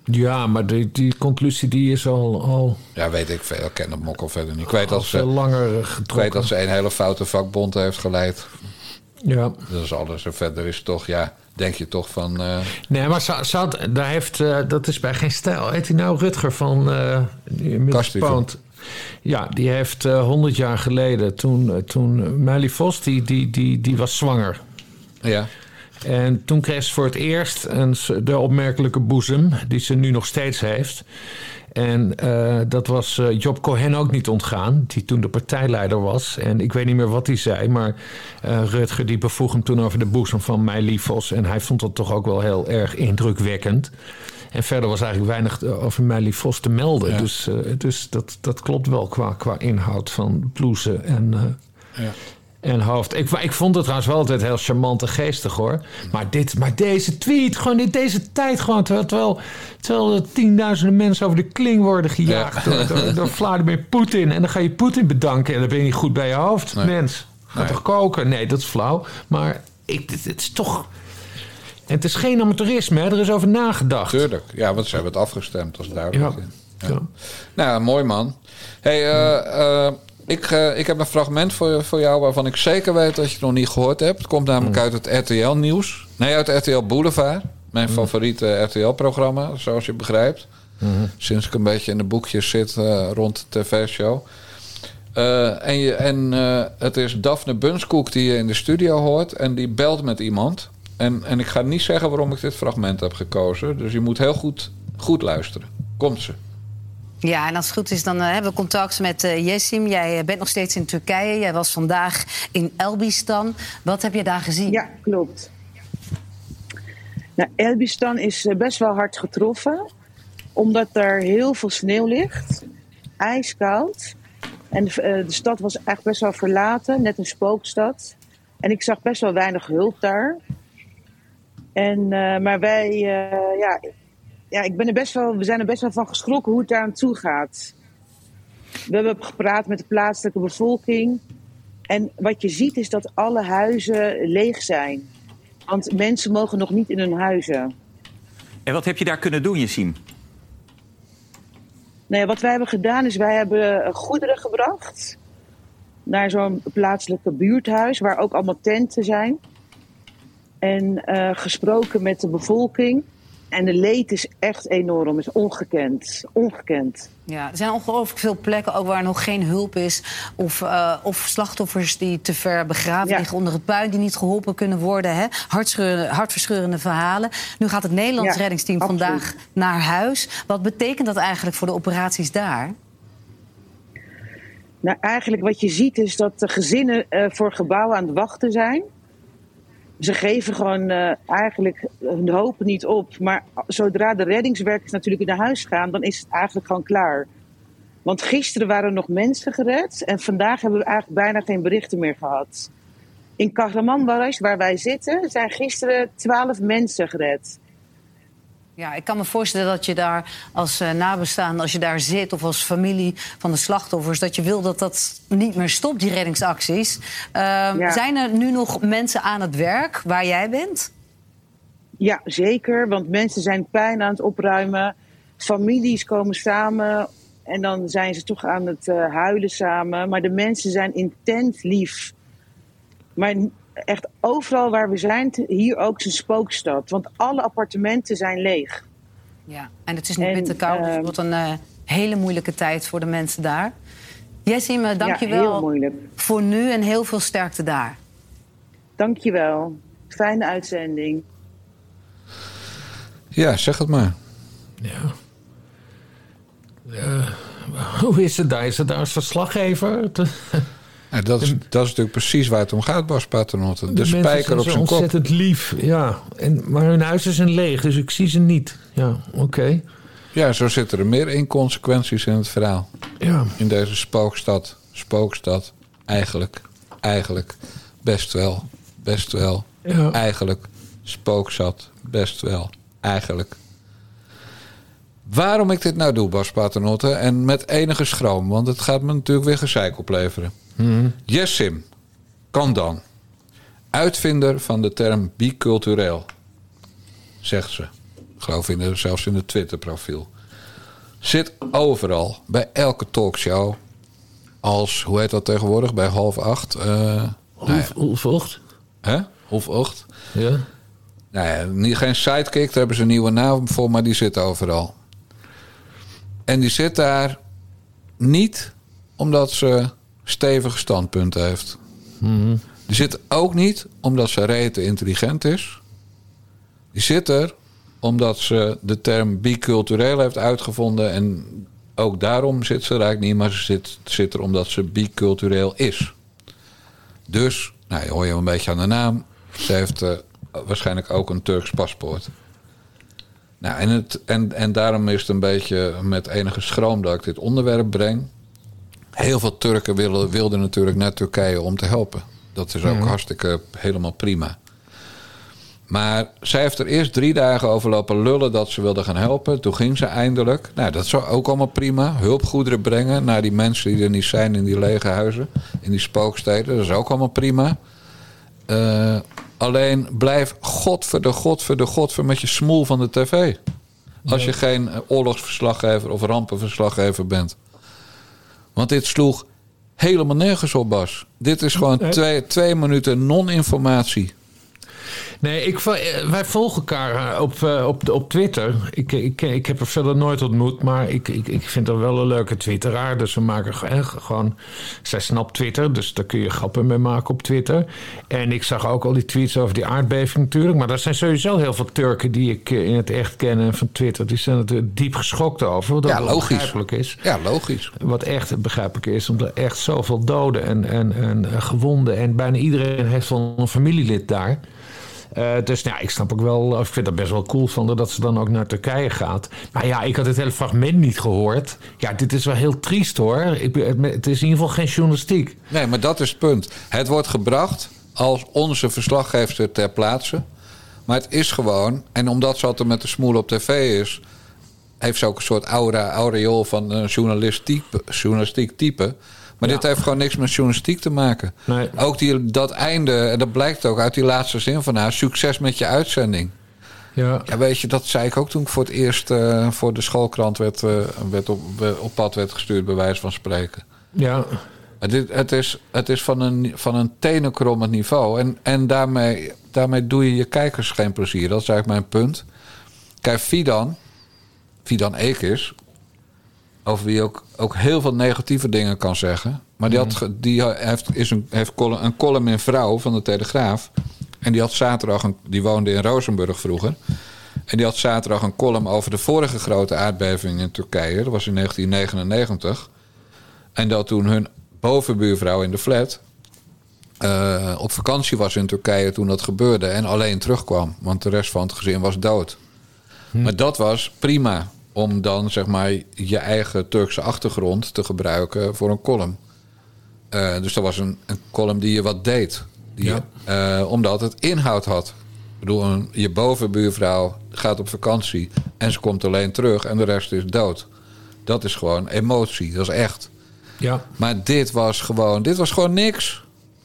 Ja, maar die, die conclusie die is al... al Ja, weet ik veel. Ik ken de mokkel verder niet. Ik weet dat veel ze, langer ik getrokken. weet dat ze een hele foute vakbond heeft geleid. Ja. Dat is alles. En verder is toch, ja, denk je toch van... Uh... Nee, maar ze, ze had, daar heeft, uh, dat is bij geen stijl. Heet hij nou Rutger van uh, Poont? Ja, die heeft uh, honderd jaar geleden, toen, uh, toen Meili Vos, die, die, die, die was zwanger. Ja. En toen kreeg ze voor het eerst een, de opmerkelijke boezem, die ze nu nog steeds heeft. En uh, dat was uh, Job Cohen ook niet ontgaan, die toen de partijleider was. En ik weet niet meer wat hij zei, maar uh, Rutger die bevoeg hem toen over de boezem van Meili Vos. En hij vond dat toch ook wel heel erg indrukwekkend. En verder was eigenlijk weinig over Meili Vos te melden. Ja. Dus, uh, dus dat, dat klopt wel qua, qua inhoud van blouse en... Uh, ja. En hoofd. Ik, ik vond het trouwens wel altijd heel charmant en geestig, hoor. Maar, dit, maar deze tweet, gewoon in deze tijd... Gewoon, terwijl, terwijl er tienduizenden mensen over de kling worden gejaagd... Ja. door, door, door Vladimir Poetin. En dan ga je Poetin bedanken... en dan ben je niet goed bij je hoofd, nee. mens. Ga nee. toch koken? Nee, dat is flauw. Maar ik, het, het is toch... En het is geen amateurisme, hè? Er is over nagedacht. Tuurlijk. Ja, want ze hebben het afgestemd, als duidelijk. Ja. Ja. Ja. Nou, mooi, man. Hey, uh, uh, Ik, uh, ik heb een fragment voor, voor jou waarvan ik zeker weet dat je het nog niet gehoord hebt. Het komt namelijk mm. uit het R T L-nieuws. Nee, uit R T L Boulevard. Mijn mm. favoriete R T L-programma, zoals je begrijpt. Mm. Sinds ik een beetje in de boekjes zit uh, rond de tv-show. Uh, en je, en uh, het is Daphne Bunskoek die je in de studio hoort. En die belt met iemand. En, en ik ga niet zeggen waarom ik dit fragment heb gekozen. Dus je moet heel goed, goed luisteren. Komt ze. Ja, en als het goed is, dan uh, hebben we contact met uh, Yesim. Jij bent nog steeds in Turkije. Jij was vandaag in Elbistan. Wat heb je daar gezien? Ja, klopt. Nou, Elbistan is uh, best wel hard getroffen. Omdat er heel veel sneeuw ligt. Ijskoud. En de, uh, de stad was echt best wel verlaten. Net een spookstad. En ik zag best wel weinig hulp daar. En, uh, maar wij... Uh, ja... Ja, ik ben er best wel, we zijn er best wel van geschrokken hoe het daar aan toe gaat. We hebben gepraat met de plaatselijke bevolking. En wat je ziet is dat alle huizen leeg zijn. Want mensen mogen nog niet in hun huizen. En wat heb je daar kunnen doen, Yesim? Nou ja, wat wij hebben gedaan is, wij hebben goederen gebracht naar zo'n plaatselijke buurthuis, waar ook allemaal tenten zijn. En uh, gesproken met de bevolking. En de leed is echt enorm, is ongekend. Ongekend. Ja, er zijn ongelooflijk veel plekken ook waar nog geen hulp is. Of, uh, of slachtoffers die te ver begraven ja. liggen onder het puin, die niet geholpen kunnen worden. Hè? Hartverscheurende verhalen. Nu gaat het Nederlands ja, reddingsteam absoluut. vandaag naar huis. Wat betekent dat eigenlijk voor de operaties daar? Nou, eigenlijk wat je ziet is dat de gezinnen uh, voor gebouwen aan het wachten zijn. Ze geven gewoon uh, eigenlijk hun hoop niet op. Maar zodra de reddingswerkers natuurlijk naar huis gaan, dan is het eigenlijk gewoon klaar. Want gisteren waren er nog mensen gered. En vandaag hebben we eigenlijk bijna geen berichten meer gehad. In Kahramanmaraş, waar wij zitten, zijn gisteren twaalf mensen gered. Ja, ik kan me voorstellen dat je daar als uh, nabestaande, als je daar zit, of als familie van de slachtoffers, dat je wil dat dat niet meer stopt, die reddingsacties. Uh, ja. Zijn er nu nog mensen aan het werk waar jij bent? Ja, zeker. Want mensen zijn pijn aan het opruimen. Families komen samen en dan zijn ze toch aan het uh, huilen samen. Maar de mensen zijn intens lief. Maar echt overal waar we zijn, hier ook zijn spookstad. Want alle appartementen zijn leeg. Ja, en het is nu winterkoud. Dus het wordt een uh, hele moeilijke tijd voor de mensen daar. Yesim, uh, dank ja, je wel voor nu en heel veel sterkte daar. Dank je wel. Fijne uitzending. Ja, zeg het maar. Ja. Uh, hoe is het daar? Is het daar als verslaggever? Ja, dat, is, dat is natuurlijk precies waar het om gaat, Bas Paternotte. De, de spijker op zijn kop. Ontzettend lief, ja. En, maar hun huizen zijn leeg, dus ik zie ze niet. Ja, oké. Okay. Ja, zo zitten er meer inconsequenties in het verhaal. Ja. In deze spookstad. Spookstad. Eigenlijk. Eigenlijk. Best wel. Best wel. Ja. Eigenlijk. Spookstad. Best wel. Eigenlijk. Waarom ik dit nou doe, Bas Paternotte, en met enige schroom, want het gaat me natuurlijk weer gezeik opleveren. Mm-hmm. Yesim Kandan, uitvinder van de term bicultureel, zegt ze. Ik geloof in de, zelfs in het Twitter-profiel. Zit overal, bij elke talkshow. Als, hoe heet dat tegenwoordig, bij half acht? Uh, half acht? Hè? Half acht? Ja. Nou ja, niet, geen sidekick, daar hebben ze een nieuwe naam voor, maar die zit overal. En die zit daar niet omdat ze stevige standpunten heeft. Mm-hmm. Die zit ook niet omdat ze rete intelligent is. Die zit er omdat ze de term bicultureel heeft uitgevonden. En ook daarom zit ze er eigenlijk niet, maar ze zit, zit er omdat ze bicultureel is. Dus, nou, je hoor je een beetje aan de naam. Ze heeft uh, waarschijnlijk ook een Turks paspoort. Nou, en, het, en, en daarom is het een beetje met enige schroom dat ik dit onderwerp breng. Heel veel Turken wilden, wilden natuurlijk naar Turkije om te helpen. Dat is ook mm. hartstikke helemaal prima. Maar zij heeft er eerst drie dagen over lopen lullen dat ze wilde gaan helpen. Toen ging ze eindelijk. Nou, dat is ook allemaal prima. Hulpgoederen brengen naar die mensen die er niet zijn in die lege huizen. In die spooksteden. Dat is ook allemaal prima. Uh, alleen blijf godverde, godverde, godver met je smoel van de tv. Als je geen oorlogsverslaggever of rampenverslaggever bent. Want dit sloeg helemaal nergens op, Bas. Dit is gewoon twee, twee minuten non-informatie. Nee, ik, wij volgen elkaar op, op, op Twitter. Ik, ik, ik heb er verder nooit ontmoet, maar ik, ik, ik vind haar wel een leuke twitteraar. Dus we maken gewoon... Zij snapt Twitter, dus daar kun je grappen mee maken op Twitter. En ik zag ook al die tweets over die aardbeving natuurlijk. Maar er zijn sowieso heel veel Turken die ik in het echt ken en van Twitter. Die zijn er diep geschokt over, wat ja, ook logisch. begrijpelijk is. Ja, logisch. Wat echt begrijpelijk is, omdat er echt zoveel doden en, en, en gewonden... en bijna iedereen heeft wel een familielid daar... Uh, dus nou, ik snap ook wel, ik vind dat best wel cool van dat ze dan ook naar Turkije gaat. Maar ja, ik had het hele fragment niet gehoord. Ja, dit is wel heel triest hoor. Ik, het is in ieder geval geen journalistiek. Nee, maar dat is het punt. Het wordt gebracht als onze verslaggever ter plaatse. Maar het is gewoon, en omdat ze altijd met de smoel op tv is... heeft ze ook een soort aura, aureool van een journalistiek, journalistiek type... Maar ja. Dit heeft gewoon niks met journalistiek te maken. Nee. Ook die, dat einde, en dat blijkt ook uit die laatste zin van haar... succes met je uitzending. Ja. Ja, weet je, dat zei ik ook toen ik voor het eerst... Uh, voor de schoolkrant werd, uh, werd op, op pad werd gestuurd, bij wijze van spreken. Ja. Het is, het is, het is van een, van een tenenkrommend niveau. En, en daarmee, daarmee doe je je kijkers geen plezier. Dat is eigenlijk mijn punt. Kijk, Fidan... Fidan Ekis... over wie ook, ook heel veel negatieve dingen kan zeggen. Maar die, had, die heeft, is een, heeft column, een column in Vrouw van de Telegraaf. En die had zaterdag, een, die woonde in Rozenburg vroeger. En die had zaterdag een column over de vorige grote aardbeving in Turkije. Dat was in negentien negenennegentig. En dat toen hun bovenbuurvrouw in de flat... Uh, op vakantie was in Turkije toen dat gebeurde. En alleen terugkwam. Want de rest van het gezin was dood. Hm. Maar dat was prima... om dan, zeg maar, je eigen Turkse achtergrond te gebruiken voor een column. Uh, dus dat was een, een column die je wat deed. Die ja. je, uh, omdat het inhoud had. Ik bedoel, een, je bovenbuurvrouw gaat op vakantie... en ze komt alleen terug en de rest is dood. Dat is gewoon emotie, dat is echt. Ja. Maar dit was gewoon, dit was gewoon niks.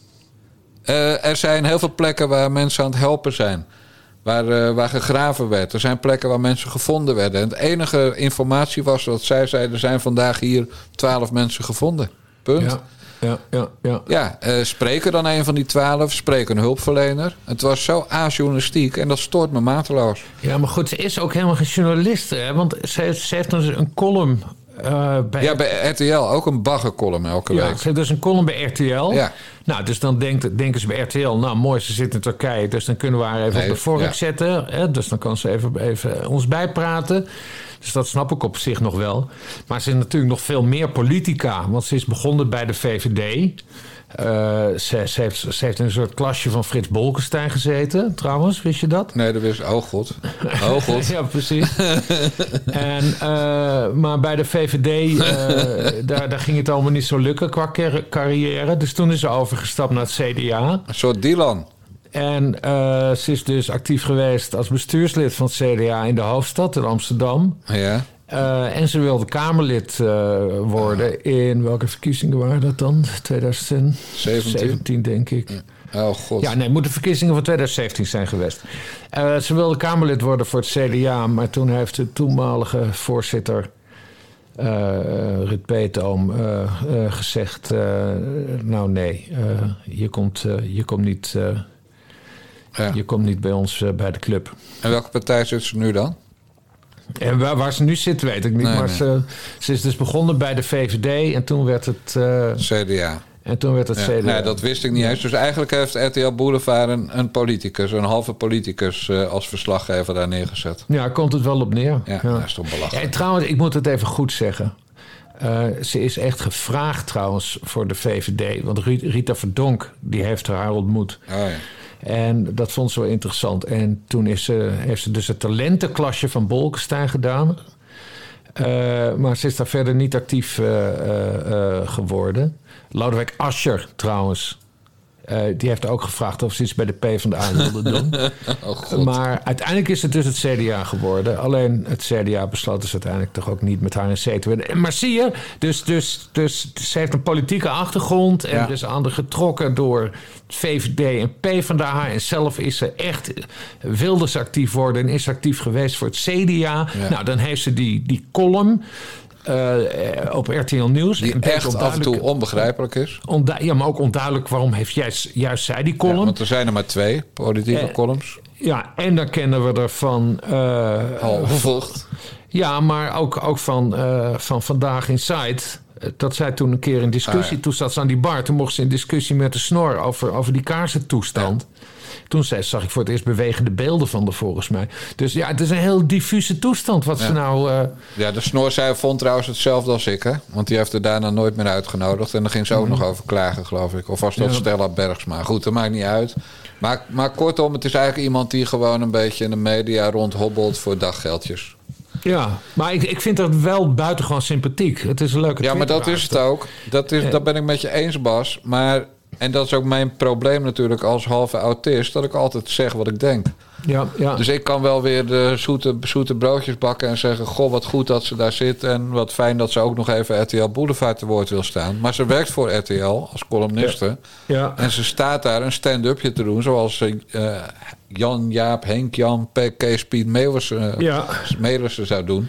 Uh, er zijn heel veel plekken waar mensen aan het helpen zijn... Waar, uh, waar gegraven werd. Er zijn plekken waar mensen gevonden werden. En de enige informatie was dat zij zeiden... er zijn vandaag hier twaalf mensen gevonden. Punt. Ja, ja, ja. Ja, ja uh, spreken dan een van die twaalf. Spreek een hulpverlener. Het was zo ajournalistiek en dat stoort me mateloos. Ja, maar goed, ze is ook helemaal geen journalist. Hè? Want ze, ze heeft dus een column... Uh, bij ja, bij R T L ook een baggercolumn elke ja, week. Ze heeft dus een column bij R T L. Ja. Nou, dus dan denkt, denken ze bij R T L... nou, mooi, ze zit in Turkije... dus dan kunnen we haar even nee, op de vork ja. zetten. Hè? Dus dan kan ze even, even ons bijpraten. Dus dat snap ik op zich nog wel. Maar ze is natuurlijk nog veel meer politica. Want ze is begonnen bij de V V D... Uh, ze, ze, heeft, ze heeft in een soort klasje van Frits Bolkestein gezeten, trouwens. Wist je dat? Nee, dat wist ik. Oh god. Oh god. Ja, precies. en, uh, maar bij de V V D, uh, daar, daar ging het allemaal niet zo lukken qua carrière. Dus toen is ze overgestapt naar het C D A. Een soort Dylan. En uh, ze is dus actief geweest als bestuurslid van het C D A in de hoofdstad, in Amsterdam. Ja. Uh, en ze wilde Kamerlid uh, worden in... welke verkiezingen waren dat dan? twintig zeventien, denk ik. Oh god. Ja, nee, het moeten verkiezingen van twintig zeventien zijn geweest. Uh, ze wilde Kamerlid worden voor het C D A... maar toen heeft de toenmalige voorzitter... Uh, Ruud Peetoom uh, uh, gezegd... Uh, nou nee, uh, je, komt, uh, je, komt niet, uh, ja. je komt niet bij ons uh, bij de club. En welke partij zit ze nu dan? En waar, waar ze nu zit, weet ik niet. Nee, maar nee. Ze, ze is dus begonnen bij de V V D... en toen werd het... Uh, C D A. En toen werd het ja, C D A. Nee, dat wist ik niet eens. Dus eigenlijk heeft R T L Boulevard een, een politicus... een halve politicus uh, als verslaggever daar neergezet. Ja, komt het wel op neer. Ja, ja. dat is toch belachelijk. En trouwens, ik moet het even goed zeggen. Uh, ze is echt gevraagd trouwens voor de V V D. Want Rita Verdonk, die heeft haar ontmoet. Oh, ja. En dat vond ze wel interessant. En toen is ze, heeft ze dus het talentenklasje van Bolkestein gedaan... Uh, maar ze is daar verder niet actief uh, uh, uh, geworden. Lodewijk Asscher trouwens. Uh, die heeft ook gevraagd of ze iets bij de PvdA wilde doen. Oh, maar uiteindelijk is het dus het C D A geworden. Alleen het C D A besloot dus uiteindelijk toch ook niet met haar in zee te winnen. Maar zie je, dus, dus, dus ze heeft een politieke achtergrond... en ja. is aan de getrokken door V V D en PvdA... en zelf is ze echt, wilde ze actief worden... en is actief geweest voor het C D A. Ja. Nou, dan heeft ze die, die column... Uh, op R T L Nieuws. Die echt af en toe onbegrijpelijk is. Ondu- ja, maar ook onduidelijk waarom heeft juist, juist zij die column. Ja, want er zijn er maar twee politieke uh, columns. Ja, en dan kennen we er van... Uh, Al vocht. Ja, maar ook, ook van, uh, van Vandaag Inside... Dat zij toen een keer in discussie... Ah, ja. Toen zat ze aan die bar. Toen mocht ze in discussie met de Snor... over, over die kaarsentoestand. Ja. Toen zei, zag ik voor het eerst bewegende beelden van de volgens mij. Dus ja, het is een heel diffuse toestand wat ja. ze nou... Uh... Ja, de Snor zei, vond trouwens hetzelfde als ik, hè? Want die heeft er daarna nooit meer uitgenodigd. En daar ging ze ook mm-hmm. nog over klagen, geloof ik. Of was dat ja. Stella Bergsma? Goed, dat maakt niet uit. Maar, maar kortom, het is eigenlijk iemand die gewoon een beetje in de media rondhobbelt voor daggeldjes. Ja, maar ik, ik vind dat wel buitengewoon sympathiek. Het is een leuke Ja, maar dat is het ook. Dat, is, ja. dat ben ik met je eens, Bas. Maar, en dat is ook mijn probleem natuurlijk als halve autist... dat ik altijd zeg wat ik denk. Ja, ja. Dus ik kan wel weer de zoete, zoete broodjes bakken en zeggen... goh, wat goed dat ze daar zit... en wat fijn dat ze ook nog even R T L Boulevard te woord wil staan. Maar ze werkt voor R T L als columniste. Ja. Ja. En ze staat daar een stand-upje te doen... zoals uh, Jan, Jaap, Henk, Jan, P. Kees, Piet Meeuwissen ja. uh, zou doen.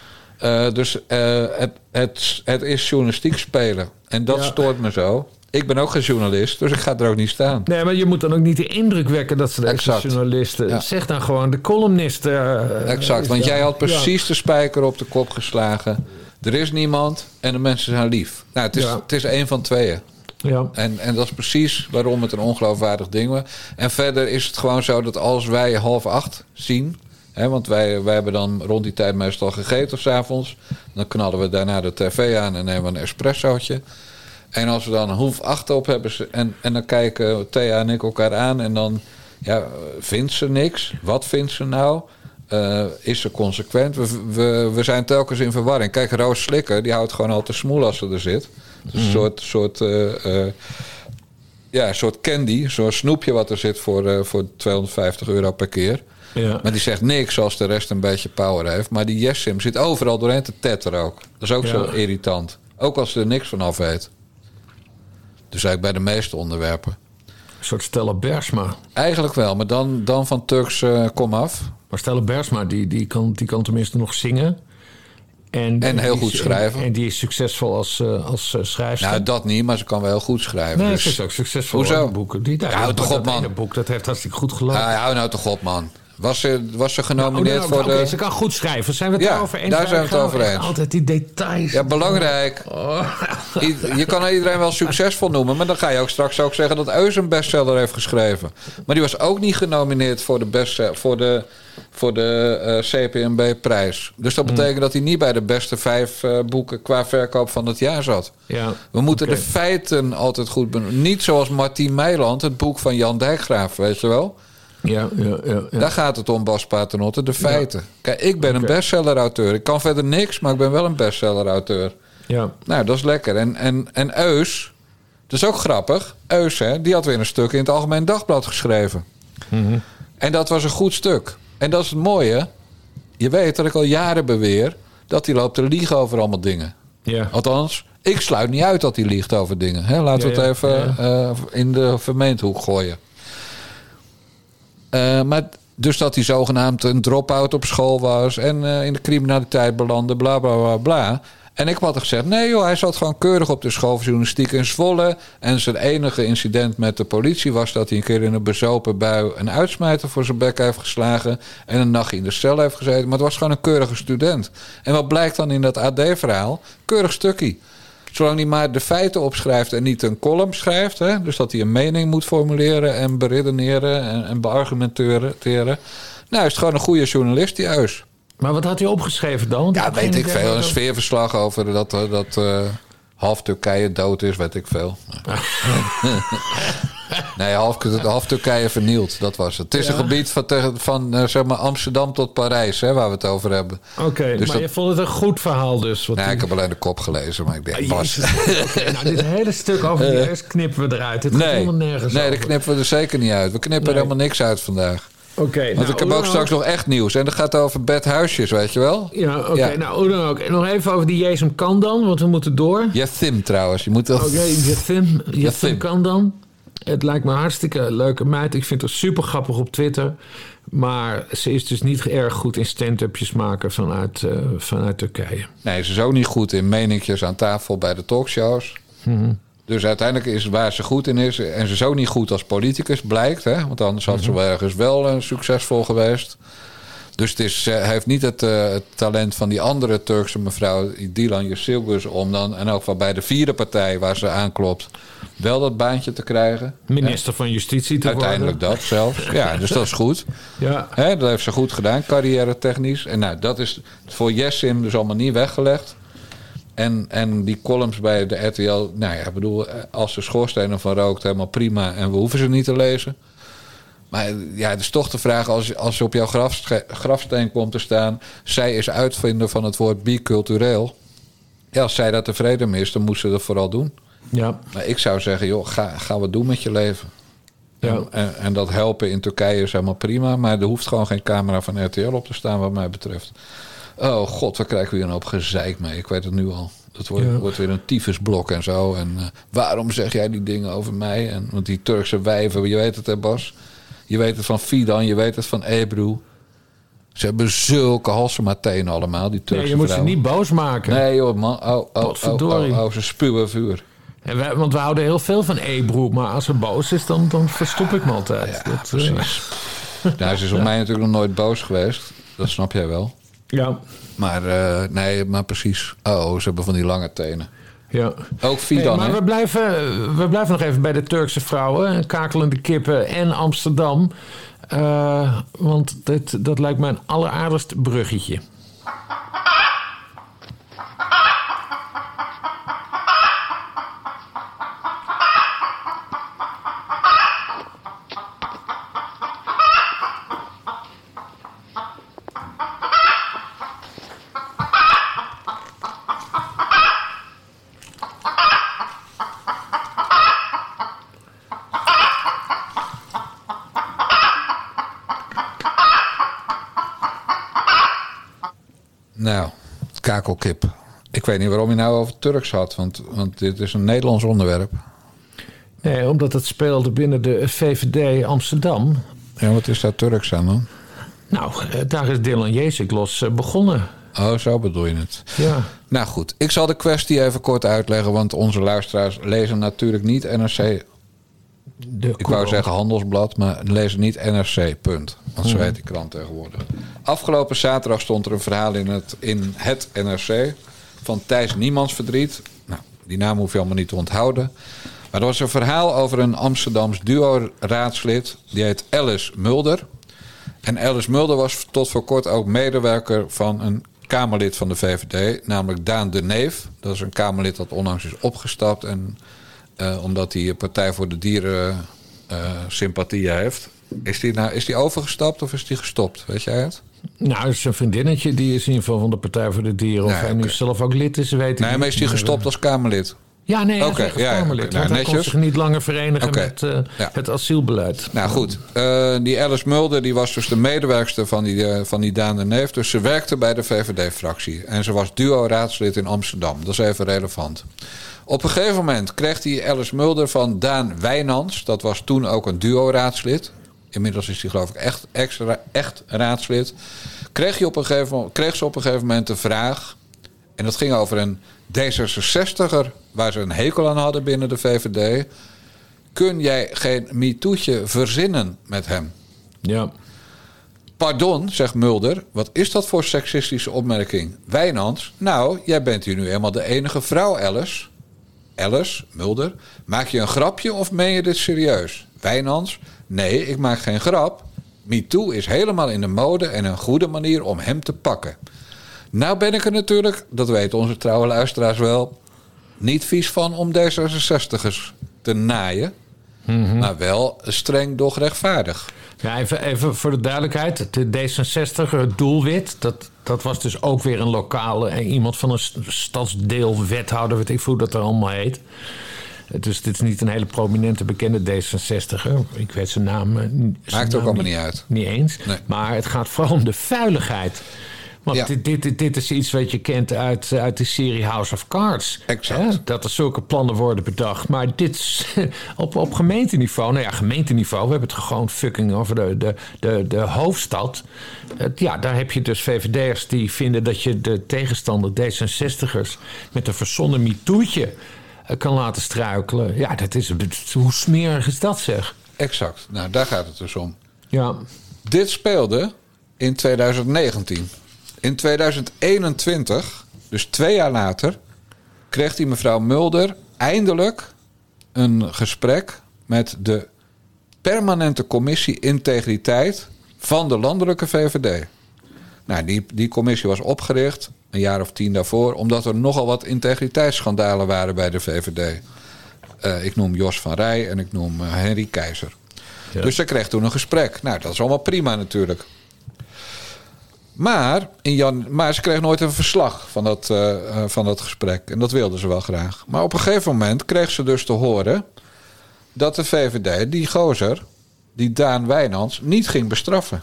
Uh, dus uh, het, het, het is journalistiek spelen. En dat ja. stoort me zo. Ik ben ook geen journalist, dus ik ga er ook niet staan. Nee, maar je moet dan ook niet de indruk wekken dat ze de exact. journalisten... Ja. Zeg dan gewoon de columnist... Uh, exact, want jij had precies ja. de spijker op de kop geslagen. Er is niemand en de mensen zijn lief. Nou, het is, ja. het is één van tweeën. Ja. En, en dat is precies waarom het een ongeloofwaardig ding was. En verder is het gewoon zo dat als wij half acht zien... Hè, want wij, wij hebben dan rond die tijd meestal gegeten 's avonds. Dan knallen we daarna de tv aan en nemen we een espressootje... En als we dan een half acht op hebben... En, en dan kijken Thea en ik elkaar aan... en dan ja, vindt ze niks. Wat vindt ze nou? Uh, is ze consequent? We, we, we zijn telkens in verwarring. Kijk, Roos Slikker, die houdt gewoon al te smoel als ze er zit. Dus mm. een soort, soort, uh, uh, ja, een soort candy, zo'n snoepje wat er zit voor, uh, voor tweehonderdvijftig euro per keer. Ja. Maar die zegt niks als de rest een beetje power heeft. Maar die Jessim zit overal doorheen te tetteren ook. Dat is ook ja. zo irritant. Ook als ze er niks van af weet. Dus eigenlijk bij de meeste onderwerpen. Een soort Stella Bergsma. Eigenlijk wel, maar dan, dan van Turks uh, komaf. Maar Stella Bergsma, die, die, kan, die kan tenminste nog zingen. En, en heel goed is, schrijven. En, en die is succesvol als, uh, als uh, schrijfster. Nou, dat niet, maar ze kan wel heel goed schrijven. Nee, dus... ze is ook succesvol Hoezo? in boeken. Die, ja, hou toch op, man. Dat boek, dat heeft hartstikke goed gelopen. Ja, hou nou toch op, man. Was ze, was ze genomineerd nou, oh, nou, voor okay, de... Ze kan goed schrijven. Zijn we het ja, daarover eens? daar zijn we het over eens. Altijd die details. Ja, belangrijk. Oh. Je kan iedereen wel succesvol noemen... maar dan ga je ook straks ook zeggen dat Eus een bestseller heeft geschreven. Maar die was ook niet genomineerd voor de, bestseller, voor de, voor de uh, C P M B-prijs. Dus dat betekent hmm. dat hij niet bij de beste vijf uh, boeken... qua verkoop van het jaar zat. Ja, we moeten okay. de feiten altijd goed benoemen. Niet zoals Martien Meiland, het boek van Jan Dijkgraaf, weet je wel... Ja, ja, ja, ja. Daar gaat het om, Bas Paternotte, de feiten. Ja. Kijk, ik ben okay. een bestseller-auteur. Ik kan verder niks, maar ik ben wel een bestseller-auteur. Ja. Nou, dat is lekker. En, en, en Eus, dat is ook grappig. Eus, hè, die had weer een stuk in het Algemeen Dagblad geschreven. Mm-hmm. En dat was een goed stuk. En dat is het mooie. Je weet dat ik al jaren beweer... dat hij loopt te liegen over allemaal dingen. Ja. Althans, Ik sluit niet uit dat hij liegt over dingen. Hè? Laten we Ja, het ja, even ja. uh, in de vermeendhoek gooien. Uh, maar dus dat hij zogenaamd een drop-out op school was... en uh, in de criminaliteit belandde, bla, bla, bla, bla. En ik had gezegd, nee joh, hij zat gewoon keurig op de school voor journalistiek in Zwolle. En zijn enige incident met de politie was dat hij een keer in een bezopen bui... een uitsmijter voor zijn bek heeft geslagen... en een nachtje in de cel heeft gezeten. Maar het was gewoon een keurige student. En wat blijkt dan in dat A D-verhaal? Keurig stukje. Zolang hij maar de feiten opschrijft en niet een column schrijft... Hè, dus dat hij een mening moet formuleren en beredeneren en, en beargumenteren... nou, is het gewoon een goede journalist, die Eus. Maar wat had hij opgeschreven dan? Ja, Want weet ik veel. Een dat... sfeerverslag over dat, dat uh, half Turkije dood is, weet ik veel. Nee, half, half Turkije vernield, dat was het. Het is ja. een gebied van, van uh, zeg maar Amsterdam tot Parijs, hè, waar we het over hebben. Oké, okay, dus maar dat... je vond het een goed verhaal dus? Wat nee, die... ik heb alleen de kop gelezen, maar ik denk, ah, Bas... Okay, nou, dit hele stuk over die Eus knippen we eruit. Het nee, gaat helemaal nergens nee, over. dat knippen we er zeker niet uit. We knippen nee. er helemaal niks uit vandaag. Oké. Okay, Want nou, ik heb ook straks ook... nog echt nieuws. En dat gaat over bedhuisjes, weet je wel? Ja, oké. Okay, ja. Nou, hoe dan ook. En nog even over die Jezum kan dan, want we moeten door. Jathim trouwens. Je moet wel... Oké, okay, Jathim. Jathim kan dan. Het lijkt me een hartstikke leuke meid. Ik vind haar super grappig op Twitter. Maar ze is dus niet erg goed in stand-upjes maken vanuit, uh, vanuit Turkije. Nee, ze is ook niet goed in meninkjes aan tafel bij de talkshows. Mm-hmm. Dus uiteindelijk is waar ze goed in is... en ze is ook niet goed als politicus, blijkt. Hè? Want anders had ze wel ergens wel uh, succesvol geweest. Dus het is, uh, hij heeft niet het, uh, het talent van die andere Turkse mevrouw... Dilan Yilmaz, om dan en ook wel bij de vierde partij waar ze aanklopt... wel dat baantje te krijgen. Minister hè? van Justitie te Uiteindelijk worden. dat zelfs. Ja, dus dat is goed. Ja. Hè, dat heeft ze goed gedaan, carrière technisch. En nou, dat is voor Jessim dus allemaal niet weggelegd. En, en die columns bij de R T L... Nou ja, ik bedoel, als de schoorsteen ervan rookt, helemaal prima. En we hoeven ze niet te lezen. Maar ja, het is toch de vraag, als, als je op jouw grafsteen, grafsteen komt te staan... zij is uitvinder van het woord bicultureel. Ja, als zij daar tevreden mee is, dan moet ze dat vooral doen. Ja. Maar ik zou zeggen, joh, ga, ga wat doen met je leven. Ja. En, en, en dat helpen in Turkije is helemaal prima... maar er hoeft gewoon geen camera van R T L op te staan, wat mij betreft. Oh god, waar krijgen we hier een hoop gezeik mee? Ik weet het nu al. Dat wordt, ja. wordt weer een tyfusblok en zo. En uh, waarom zeg jij die dingen over mij? En, want die Turkse wijven, je weet het hè Bas? Je weet het van Fidan, je weet het van Ebru. Ze hebben zulke halsemateen allemaal, die Turkse nee, je moet vrouwen. ze niet boos maken. Nee joh, man. Oh, oh, oh, oh, oh, oh, ze spuwen vuur. En wij, want we houden heel veel van Ebru, maar als ze boos is, dan, dan verstop ik me altijd. Ja, dat, precies. Uh... nou, ze is op ja. mij natuurlijk nog nooit boos geweest. Dat snap jij wel. Ja. Maar uh, nee, maar precies. Oh, ze hebben van die lange tenen. Ja. Ook Fidan, hey, maar we blijven, we blijven nog even bij de Turkse vrouwen. Kakelende kippen en Amsterdam. Uh, want dit, dat lijkt me een alleraardigst bruggetje. Nou, kakelkip. Ik weet niet waarom je nou over Turks had, want, want dit is een Nederlands onderwerp. Nee, omdat het speelde binnen de V V D Amsterdam. Ja, wat is daar Turks aan dan? Nou, daar is Dilan Yeşilgöz begonnen. Oh, zo bedoel je het. Ja. Nou goed, ik zal de kwestie even kort uitleggen, want onze luisteraars lezen natuurlijk niet N R C. De ik wou zeggen Handelsblad, maar lezen niet N R C, punt. Want zo heet die krant tegenwoordig. Afgelopen zaterdag stond er een verhaal in het, in het N R C van Thijs Niemandsverdriet. Nou, die naam hoef je allemaal niet te onthouden. Maar er was een verhaal over een Amsterdams duo-raadslid. Die heet Alice Mulder. En Alice Mulder was tot voor kort ook medewerker van een Kamerlid van de V V D. Namelijk Daan de Neef. Dat is een Kamerlid dat onlangs is opgestapt. En uh, omdat hij Partij voor de Dieren uh, sympathieën heeft. Is die, nou, is die overgestapt of is die gestopt? Weet jij het? Nou, zijn vriendinnetje die is in ieder geval van de Partij voor de Dieren. Of nee, hij okay. nu zelf ook lid is, weet ik Nee, niet. maar is die gestopt als Kamerlid? Ja, nee, hij Oké, is ja, ja, Kamerlid. oké. Want Nou, hij kon netjes. zich niet langer verenigen Oké. met uh, Ja. het asielbeleid. Nou goed, uh, die Alice Mulder die was dus de medewerkster van die, uh, van die Daan de Neef. Dus ze werkte bij de V V D-fractie. En ze was duo-raadslid in Amsterdam. Dat is even relevant. Op een gegeven moment kreeg die Alice Mulder van Daan Wijnands... dat was toen ook een duo-raadslid... inmiddels is hij geloof ik echt, extra, echt raadslid... Kreeg, je op een gegeven moment, kreeg ze op een gegeven moment de vraag... en dat ging over een D zesenzestiger... waar ze een hekel aan hadden binnen de V V D... kun jij geen MeToo'tje verzinnen met hem? Ja. Pardon, zegt Mulder, wat is dat voor seksistische opmerking? Wijnands, nou, jij bent hier nu eenmaal de enige vrouw, Alice. Alice, Mulder, maak je een grapje of meen je dit serieus? Wijnands, nee, ik maak geen grap. MeToo is helemaal in de mode en een goede manier om hem te pakken. Nou ben ik er natuurlijk, dat weten onze trouwe luisteraars wel... niet vies van om D zesenzestigers te naaien... Mm-hmm. Maar wel streng, doch rechtvaardig. Ja, even, even voor de duidelijkheid. De D zesenzestig, het doelwit... Dat, dat was dus ook weer een lokale... en iemand van een stadsdeelwethouder... weet ik hoe dat er allemaal heet. Dus dit is niet een hele prominente bekende D zesenzestiger. Ik weet zijn naam... Zijn Maakt naam ook allemaal niet, niet uit. Niet eens. Nee. Maar het gaat vooral om de vuiligheid... Want ja. dit, dit, dit is iets wat je kent uit, uit de serie House of Cards. Exact. Hè? Dat er zulke plannen worden bedacht. Maar dit is op, op gemeenteniveau... Nou ja, gemeenteniveau. We hebben het gewoon fucking over de, de, de, de hoofdstad. Het, ja, daar heb je dus V V D'ers die vinden dat je de tegenstander D zesenzestigers... met een verzonnen MeToo'tje kan laten struikelen. Ja, dat is, hoe smerig is dat, zeg? Exact. Nou, daar gaat het dus om. Ja. Dit speelde in twintig negentien... In tweeduizend eenentwintig, dus twee jaar later... kreeg die mevrouw Mulder eindelijk een gesprek... met de permanente commissie integriteit... van de landelijke V V D. Nou, die, die commissie was opgericht een jaar of tien daarvoor... omdat er nogal wat integriteitsschandalen waren bij de V V D. Uh, ik noem Jos van Rij en ik noem uh, Henry Keizer. Ja. Dus ze kreeg toen een gesprek. Nou, dat is allemaal prima natuurlijk... Maar, in jan- maar ze kreeg nooit een verslag van dat, uh, uh, van dat gesprek. En dat wilde ze wel graag. Maar op een gegeven moment kreeg ze dus te horen... dat de V V D die gozer, die Daan Wijnands, niet ging bestraffen.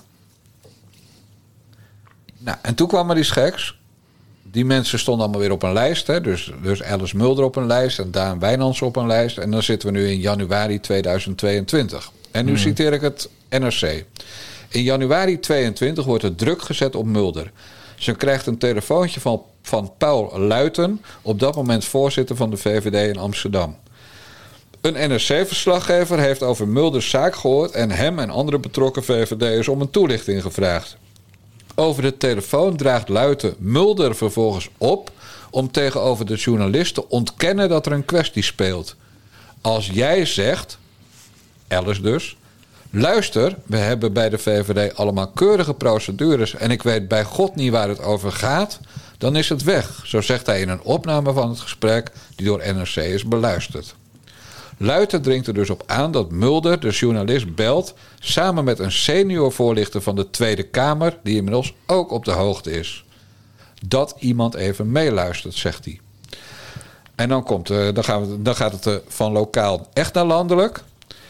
Nou, en toen kwam er iets geks. Die mensen stonden allemaal weer op een lijst. Hè? Dus, dus Alice Mulder op een lijst en Daan Wijnands op een lijst. En dan zitten we nu in januari tweeduizend tweeëntwintig. En nu mm. citeer ik het N R C... In januari tweeëntwintig wordt er druk gezet op Mulder. Ze krijgt een telefoontje van, van Paul Luiten... op dat moment voorzitter van de V V D in Amsterdam. Een N R C-verslaggever heeft over Mulders zaak gehoord... en hem en andere betrokken V V D'ers om een toelichting gevraagd. Over de telefoon draagt Luiten Mulder vervolgens op... om tegenover de journalist te ontkennen dat er een kwestie speelt. Als jij zegt, Alice dus... Luister, we hebben bij de V V D allemaal keurige procedures... en ik weet bij God niet waar het over gaat... dan is het weg, zo zegt hij in een opname van het gesprek... die door N R C is beluisterd. Luiten dringt er dus op aan dat Mulder, de journalist, belt... samen met een senior voorlichter van de Tweede Kamer... die inmiddels ook op de hoogte is. Dat iemand even meeluistert, zegt hij. En dan, komt, dan, gaan we, dan gaat het van lokaal echt naar landelijk...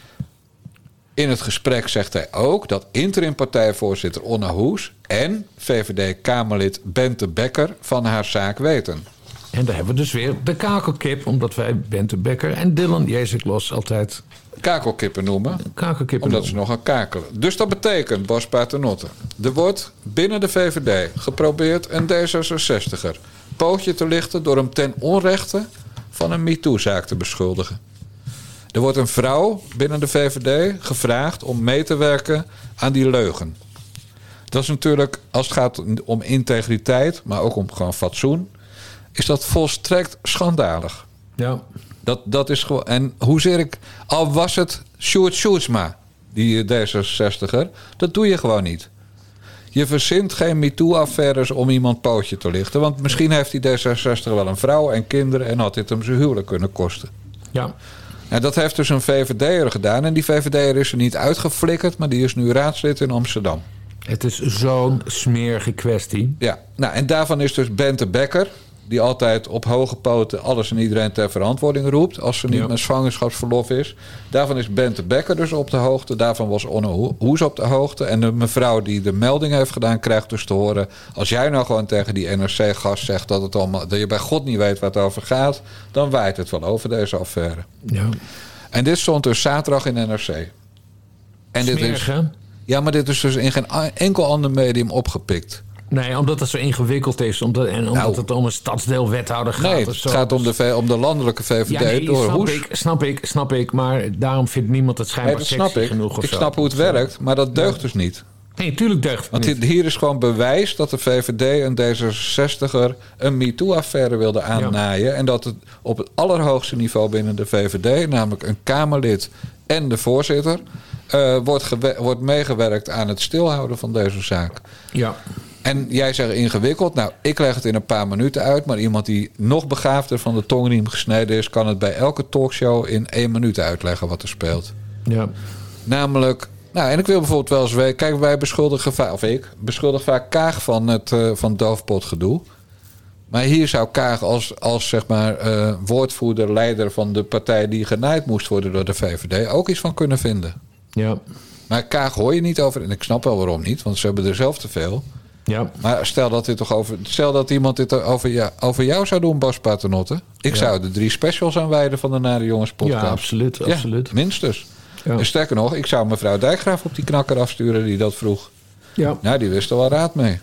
In het gesprek zegt hij ook dat interim-partijvoorzitter Onna Hoes... en V V D-Kamerlid Bente Bekker van haar zaak weten. En daar hebben we dus weer de kakelkip... omdat wij Bente Bekker en Dylan Jezeklos altijd... kakelkippen noemen. Kakelkippen omdat noemen. ze nog gaan kakelen. Dus dat betekent, Bas Paternotte... er wordt binnen de V V D geprobeerd een D zesenzestiger... pootje te lichten door hem ten onrechte... van een MeToo-zaak te beschuldigen. Er wordt een vrouw binnen de V V D gevraagd om mee te werken aan die leugen. Dat is natuurlijk, als het gaat om integriteit, maar ook om gewoon fatsoen... is dat volstrekt schandalig. Ja. Dat, dat is gewoon... En hoezeer ik... Al was het Sjoerd Sjoerdsma, die D zesenzestiger... dat doe je gewoon niet. Je verzint geen MeToo-affaires om iemand pootje te lichten... want misschien heeft die D zesenzestig wel een vrouw en kinderen... en had dit hem zijn huwelijk kunnen kosten. Ja. Nou, dat heeft dus een V V D'er gedaan. En die V V D'er is er niet uitgeflikkerd... maar die is nu raadslid in Amsterdam. Het is zo'n smerige kwestie. Ja, nou, en daarvan is dus Bente Bekker... die altijd op hoge poten alles en iedereen ter verantwoording roept als ze niet Ja. met zwangerschapsverlof is. Daarvan is Bente Bekker dus op de hoogte. Daarvan was Onno Ho- Hoes op de hoogte. En de mevrouw die de melding heeft gedaan krijgt dus te horen... als jij nou gewoon tegen die N R C-gast zegt dat, het allemaal, dat je bij God niet weet waar het over gaat... dan waait het wel over deze affaire. Ja. En dit stond dus zaterdag in N R C. En dit Smerig, is, hè? ja, maar dit is dus in geen enkel ander medium opgepikt. Nee, omdat het zo ingewikkeld is. Omdat, en omdat Nou. het om een stadsdeelwethouder gaat. Nee, of zo. zo. Het gaat om de, v- om de landelijke V V D Ja, nee, door snap Hoes. ik, snap ik, snap ik. Maar daarom vindt niemand het Nee, schijnbaar dat sexy snap ik. genoeg. Of Ik zo. snap hoe het werkt, maar dat deugt dus niet. Nee, tuurlijk deugt het Want niet. dit- hier is gewoon bewijs dat de V V D en D zesenzestiger een MeToo-affaire wilden aannaaien. En dat het op het allerhoogste niveau binnen de V V D, namelijk een Kamerlid en de voorzitter, uh, wordt, gewe- wordt meegewerkt aan het stilhouden van deze zaak. Ja. En jij zegt ingewikkeld. Nou, ik leg het in een paar minuten uit. Maar iemand die nog begaafder van de tongriem gesneden is, kan het bij elke talkshow in één minuut uitleggen wat er speelt. Ja. Namelijk, nou, en ik wil bijvoorbeeld wel eens weten... Kijk, wij beschuldigen vaak, of ik, beschuldig vaak Kaag van het, uh, van het doofpotgedoe. Maar hier zou Kaag als, als zeg maar, uh, woordvoerder, leider van de partij die genaaid moest worden door de V V D... ook iets van kunnen vinden. Ja. Maar Kaag hoor je niet over. En ik snap wel waarom niet, want ze hebben er zelf te veel. Ja. Maar stel dat, dit toch over, stel dat iemand dit over, jou, over jou zou doen, Bas Paternotte. Ik Ja. zou de drie specials aanwijden van de Nare Jongens podcast. Ja, absoluut, Ja, absoluut. minstens. Ja. En sterker nog, ik zou mevrouw Dijkgraaf op die knakker afsturen die dat vroeg. Ja. Nou, die wist er wel raad mee.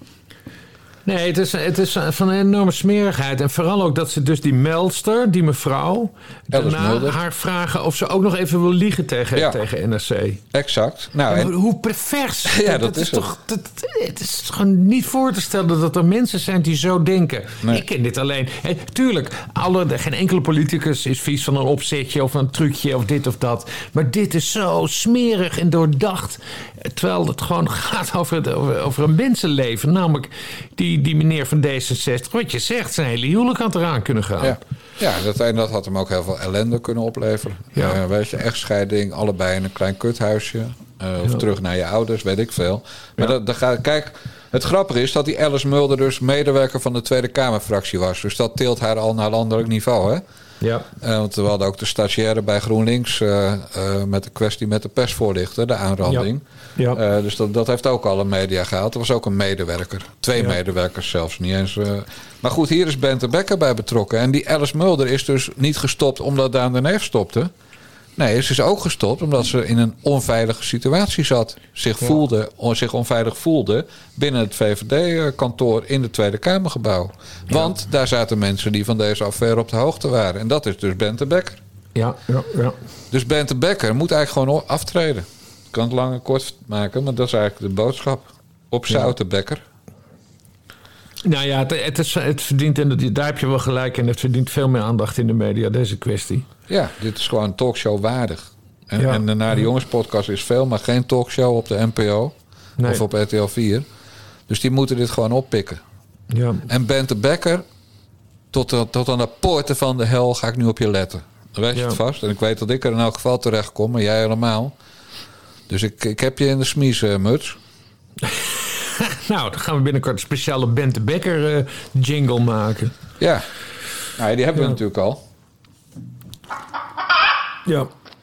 Nee, het is, het is van een enorme smerigheid. En vooral ook dat ze dus die meldster, die mevrouw... Alice daarna Mulder. haar vragen of ze ook nog even wil liegen tegen, Ja. tegen N R C. Exact. Nou, En en, hoe pervers. Ja, dat is het. toch. Dat, het is gewoon niet voor te stellen dat er mensen zijn die zo denken. Nee. Ik ken dit alleen. Hé, tuurlijk, alle, geen enkele politicus is vies van een opzetje of een trucje of dit of dat. Maar dit is zo smerig en doordacht. Terwijl het gewoon gaat over, het, over, over een mensenleven. Namelijk die, die meneer van D zesenzestig. Wat je zegt, zijn hele huwelijk had eraan kunnen gaan. ja, ja dat, en dat had hem ook heel veel ellende kunnen opleveren. Ja. Uh, weet je, echtscheiding, allebei in een klein kuthuisje. Uh, of Ja. terug naar je ouders, weet ik veel. Maar Ja. dat, dat gaat, kijk, het grappige is dat die Alice Mulder dus medewerker van de Tweede Kamerfractie was. Dus dat tilt haar al naar landelijk niveau, hè? Ja. Uh, want we hadden ook de stagiaire bij GroenLinks uh, uh, met de kwestie met de persvoorlichter, de aanranding. Ja. Uh, dus dat, dat heeft ook alle media gehaald. Er was ook een medewerker. Twee Ja. medewerkers zelfs, niet eens. Uh, maar goed, hier is Bente Bekker bij betrokken. En die Alice Mulder is dus niet gestopt omdat Daan de Neef stopte. Nee, ze is ook gestopt omdat ze in een onveilige situatie zat. Zich, Ja. voelde, on, zich onveilig voelde binnen het V V D-kantoor in het Tweede Kamergebouw. Want daar zaten mensen die van deze affaire op de hoogte waren. En dat is dus Bente Bekker. Ja, ja, ja. Dus Bente Bekker moet eigenlijk gewoon aftreden. Ik kan het lang en kort maken, maar dat is eigenlijk de boodschap. Op zouten Bekker. Nou ja, het, het, is, het verdient, en dat- daar heb je wel gelijk in, het verdient veel meer aandacht in de media, deze kwestie. Ja, dit is gewoon talkshow waardig. En, Ja. en de Naar de Jongens podcast is veel, maar geen talkshow op de N P O. Nee. Of op R T L vier. Dus die moeten dit gewoon oppikken. Ja. En Bente Bekker, tot, tot aan de poorten van de hel ga ik nu op je letten. Dan weet je Ja. het vast. En ik weet dat ik er in elk geval terecht kom, maar jij helemaal. Dus ik, ik heb je in de smies, uh, muts. Nou, dan gaan we binnenkort een speciale Bente Bekker eh, jingle maken. Ja, nou, die hebben Ja. we natuurlijk al. Ja.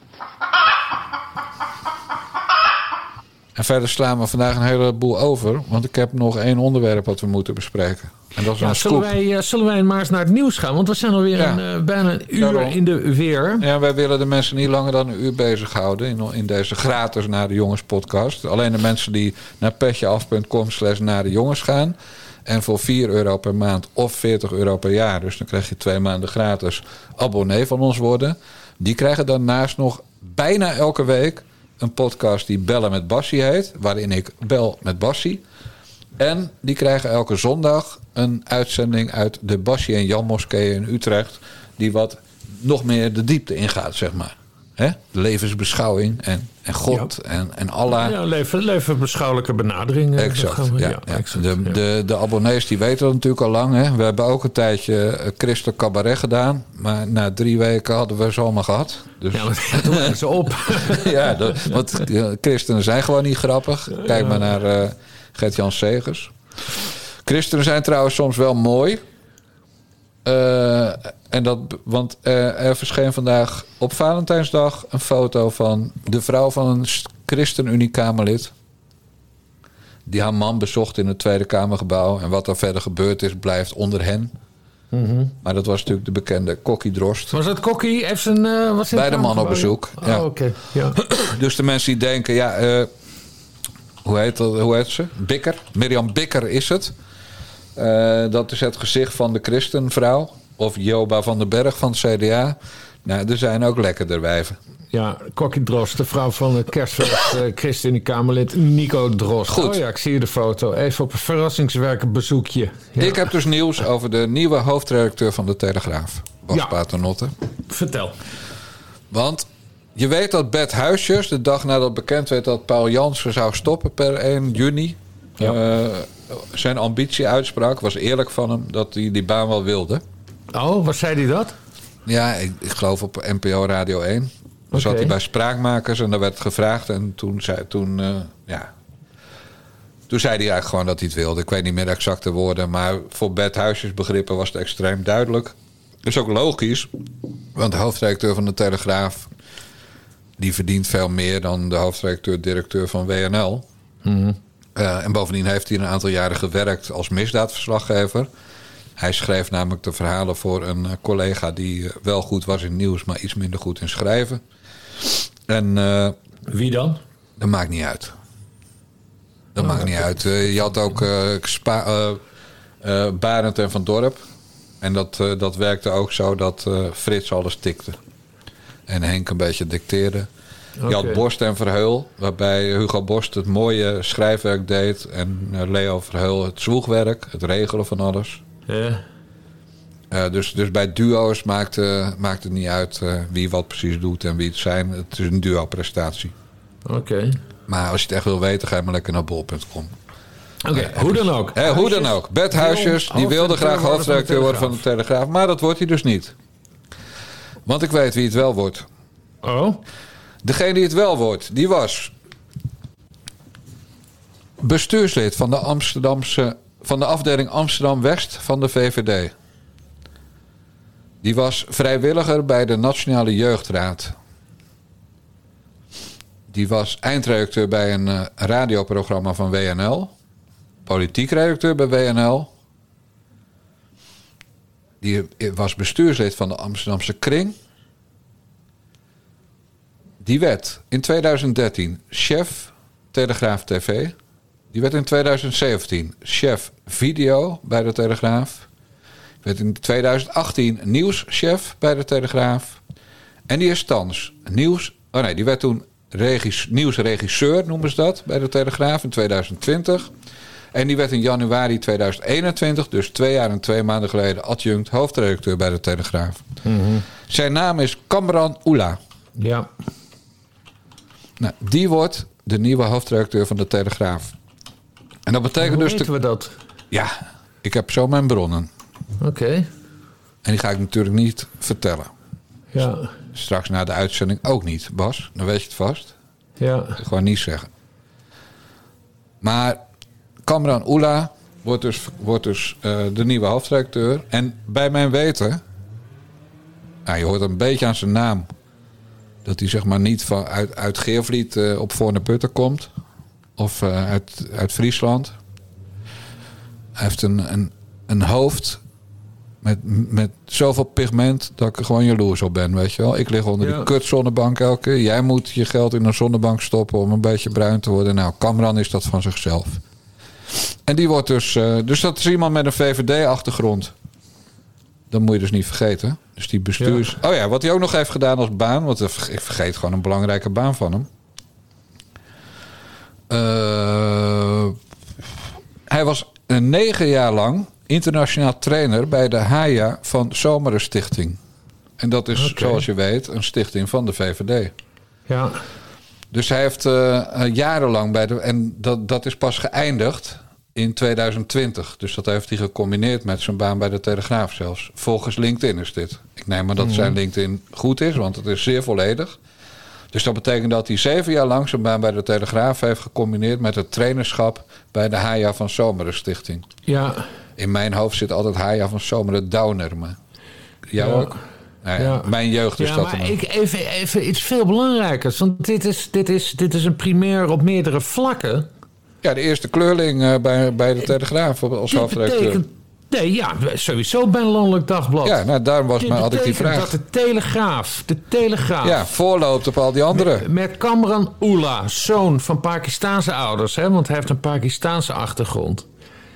En verder slaan we vandaag een heleboel over. Want ik heb nog één onderwerp wat we moeten bespreken. En dat is Ja, een zullen, scoop. wij, eh, zullen wij maar eens naar het nieuws gaan? Want we zijn alweer Ja. een, eh, bijna een uur Daarom. in de weer. Ja, wij willen de mensen niet langer dan een uur bezighouden in, in deze gratis Naar de Jongens podcast. Alleen de mensen die naar petjeaf punt com slash naar de jongens gaan. En voor vier euro per maand of veertig euro per jaar, dus dan krijg je twee maanden gratis, abonnee van ons worden. Die krijgen daarnaast nog bijna elke week een podcast die Bellen met Bassie heet. Waarin ik bel met Bassie. En die krijgen elke zondag een uitzending uit de Bassie en Jan Moskee in Utrecht. Die wat nog meer de diepte ingaat, zeg maar. Hè? De levensbeschouwing en, en God en, en Allah. Ja, leven, leven beschouwelijke benadering. eh, dat Exact. gaan we- Ja, ja, ja. exact, De, ja. de, de abonnees die weten dat natuurlijk al lang. Hè? We hebben ook een tijdje eh, Christen Cabaret gedaan. Maar na drie weken hadden we ze allemaal gehad. Dus, Ja, maar doen we ze op. ja, dat- want eh, christenen zijn gewoon niet grappig. Kijk maar naar eh Gert-Jan Segers. Christenen zijn trouwens soms wel mooi. Uh, en dat, want uh, er verscheen vandaag op Valentijnsdag een foto van de vrouw van een ChristenUnie-Kamerlid. Die haar man bezocht in het Tweede Kamergebouw. En wat er verder gebeurd is, blijft onder hen. Mm-hmm. Maar dat was natuurlijk de bekende Kokkie Drost. Was het Kokkie? Heeft zijn, uh, was bij de man op bezoek. Oh, ja. Okay. Ja. Dus de mensen die denken, ja, uh, hoe, heet dat, hoe heet ze? Bikker. Mirjam Bikker is het. Uh, dat is het gezicht van de christenvrouw. Of Joba van den Berg van het C D A. Nou, er zijn ook lekkerder wijven. Ja, Kokkie Drost, de vrouw van de Kerstveld uh, ChristenUnie-Kamerlid Nico Drost. Goed. Oh ja, ik zie je de foto. Even op een verrassingswerkenbezoekje. Ja. Ik heb dus nieuws over de nieuwe hoofdredacteur van de Telegraaf. Bas ja. Paternotte. Vertel. Want je weet dat Bert Huisjes, de dag nadat bekend werd dat Paul Jansen zou stoppen per één juni... Ja. Uh, zijn ambitie uitsprak, was eerlijk van hem, dat hij die baan wel wilde. Oh, wat zei hij dat? Ja, ik, ik geloof op N P O Radio één. Dan okay. zat hij bij Spraakmakers en daar werd gevraagd. En toen zei, toen, uh, ja, toen zei hij eigenlijk gewoon dat hij het wilde. Ik weet niet meer de exacte woorden. Maar voor Bert Huisjes begrippen was het extreem duidelijk. Dat is ook logisch. Want de hoofdredacteur van de Telegraaf... die verdient veel meer dan de hoofdredacteur-directeur van W N L. Mm-hmm. Uh, en bovendien heeft hij een aantal jaren gewerkt als misdaadverslaggever. Hij schreef namelijk de verhalen voor een uh, collega die uh, wel goed was in nieuws, maar iets minder goed in schrijven. En, uh, wie dan? Dat maakt niet uit. Dat oh, maakt niet uit. Uh, je had ook uh, Spa, uh, uh, Barend en Van Dorp. En dat, uh, dat werkte ook zo dat uh, Frits alles tikte. En Henk een beetje dicteerde. Okay. Je had Borst en Verheul, waarbij Hugo Borst het mooie schrijfwerk deed en Leo Verheul het zwoegwerk, het regelen van alles. Ja. Uh, dus, dus bij duo's maakt, uh, maakt het niet uit uh, wie wat precies doet en wie het zijn. Het is een duo-prestatie. Oké. Okay. Maar als je het echt wil weten, ga je maar lekker naar bol punt com. Oké, okay, uh, hoe dan ook. Uh, hoe dan ook. Bert Huisjes, die wilde graag hoofdredacteur worden van de Telegraaf, maar dat wordt hij dus niet. Want ik weet wie het wel wordt. Oh? Degene die het wel wordt, die was bestuurslid van de Amsterdamse, van de afdeling Amsterdam-West van de V V D. Die was vrijwilliger bij de Nationale Jeugdraad. Die was eindredacteur bij een uh, radioprogramma van W N L. Politiek redacteur bij W N L. Die was bestuurslid van de Amsterdamse Kring. Die werd in tweeduizend dertien chef Telegraaf T V. Die werd in tweeduizend zeventien chef video bij de Telegraaf. Die werd in tweeduizend achttien nieuwschef bij de Telegraaf. En die is thans nieuws... Oh nee, die werd toen regis, nieuwsregisseur, noemen ze dat, bij de Telegraaf in tweeduizend twintig. En die werd in januari tweeduizend eenentwintig, dus twee jaar en twee maanden geleden, adjunct hoofdredacteur bij de Telegraaf. Mm-hmm. Zijn naam is Kamran Oela. Ja. Nou, die wordt de nieuwe hoofdredacteur van de Telegraaf. En dat betekent Hoe dus... weten de... we dat? Ja, ik heb zo mijn bronnen. Oké. Okay. En die ga ik natuurlijk niet vertellen. Ja. Straks na de uitzending ook niet, Bas. Dan weet je het vast. Ja. Ik gewoon niet zeggen. Maar Kamran Oela wordt dus, wordt dus uh, de nieuwe hoofdredacteur. En bij mijn weten... Nou, je hoort een beetje aan zijn naam... dat hij zeg maar niet van, uit, uit Geervliet uh, op Voorne-Putten komt. Of uh, uit, uit Friesland. Hij heeft een, een, een hoofd met, met zoveel pigment dat ik er gewoon jaloers op ben, weet je wel. Ik lig onder ja. die kut zonnebank elke keer. Jij moet je geld in een zonnebank stoppen om een beetje bruin te worden. Nou, Kamran is dat van zichzelf. En die wordt dus... Uh, dus dat is iemand met een V V D-achtergrond. Dat moet je dus niet vergeten. Dus die bestuurs... Ja. Oh ja, wat hij ook nog heeft gedaan als baan... want ik vergeet gewoon een belangrijke baan van hem. Uh, hij was een negen jaar lang internationaal trainer... bij de Haya van Zomeren Stichting. En dat is, okay. zoals je weet, een stichting van de V V D. Ja. Dus hij heeft uh, jarenlang bij de... En dat, dat is pas geëindigd... in tweeduizend twintig. Dus dat heeft hij gecombineerd met zijn baan bij de Telegraaf zelfs. Volgens LinkedIn is dit. Ik neem maar dat zijn LinkedIn goed is, want het is zeer volledig. Dus dat betekent dat hij zeven jaar lang zijn baan bij de Telegraaf heeft gecombineerd met het trainerschap bij de Haya van Zomeren Stichting. Ja, In mijn hoofd zit altijd Haya van Zomeren Downer. Maar jou Ja. ook? Nou ja, Ja. Mijn jeugd is Ja, dat. maar dan. ik, even, even iets veel belangrijkers. Want dit is, dit, is, dit is een primeur op meerdere vlakken. Ja, de eerste kleurling uh, bij, bij de Telegraaf als Dit hoofdredacteur. betekent... Nee, ja, sowieso bij een landelijk dagblad. Ja, nou, daarom was Dit maar, had ik die betekent vraag. dat de Telegraaf, de Telegraaf... Ja, voorloopt op al die anderen. Met, met Kamran Ullah, zoon van Pakistaanse ouders... Hè, want hij heeft een Pakistaanse achtergrond...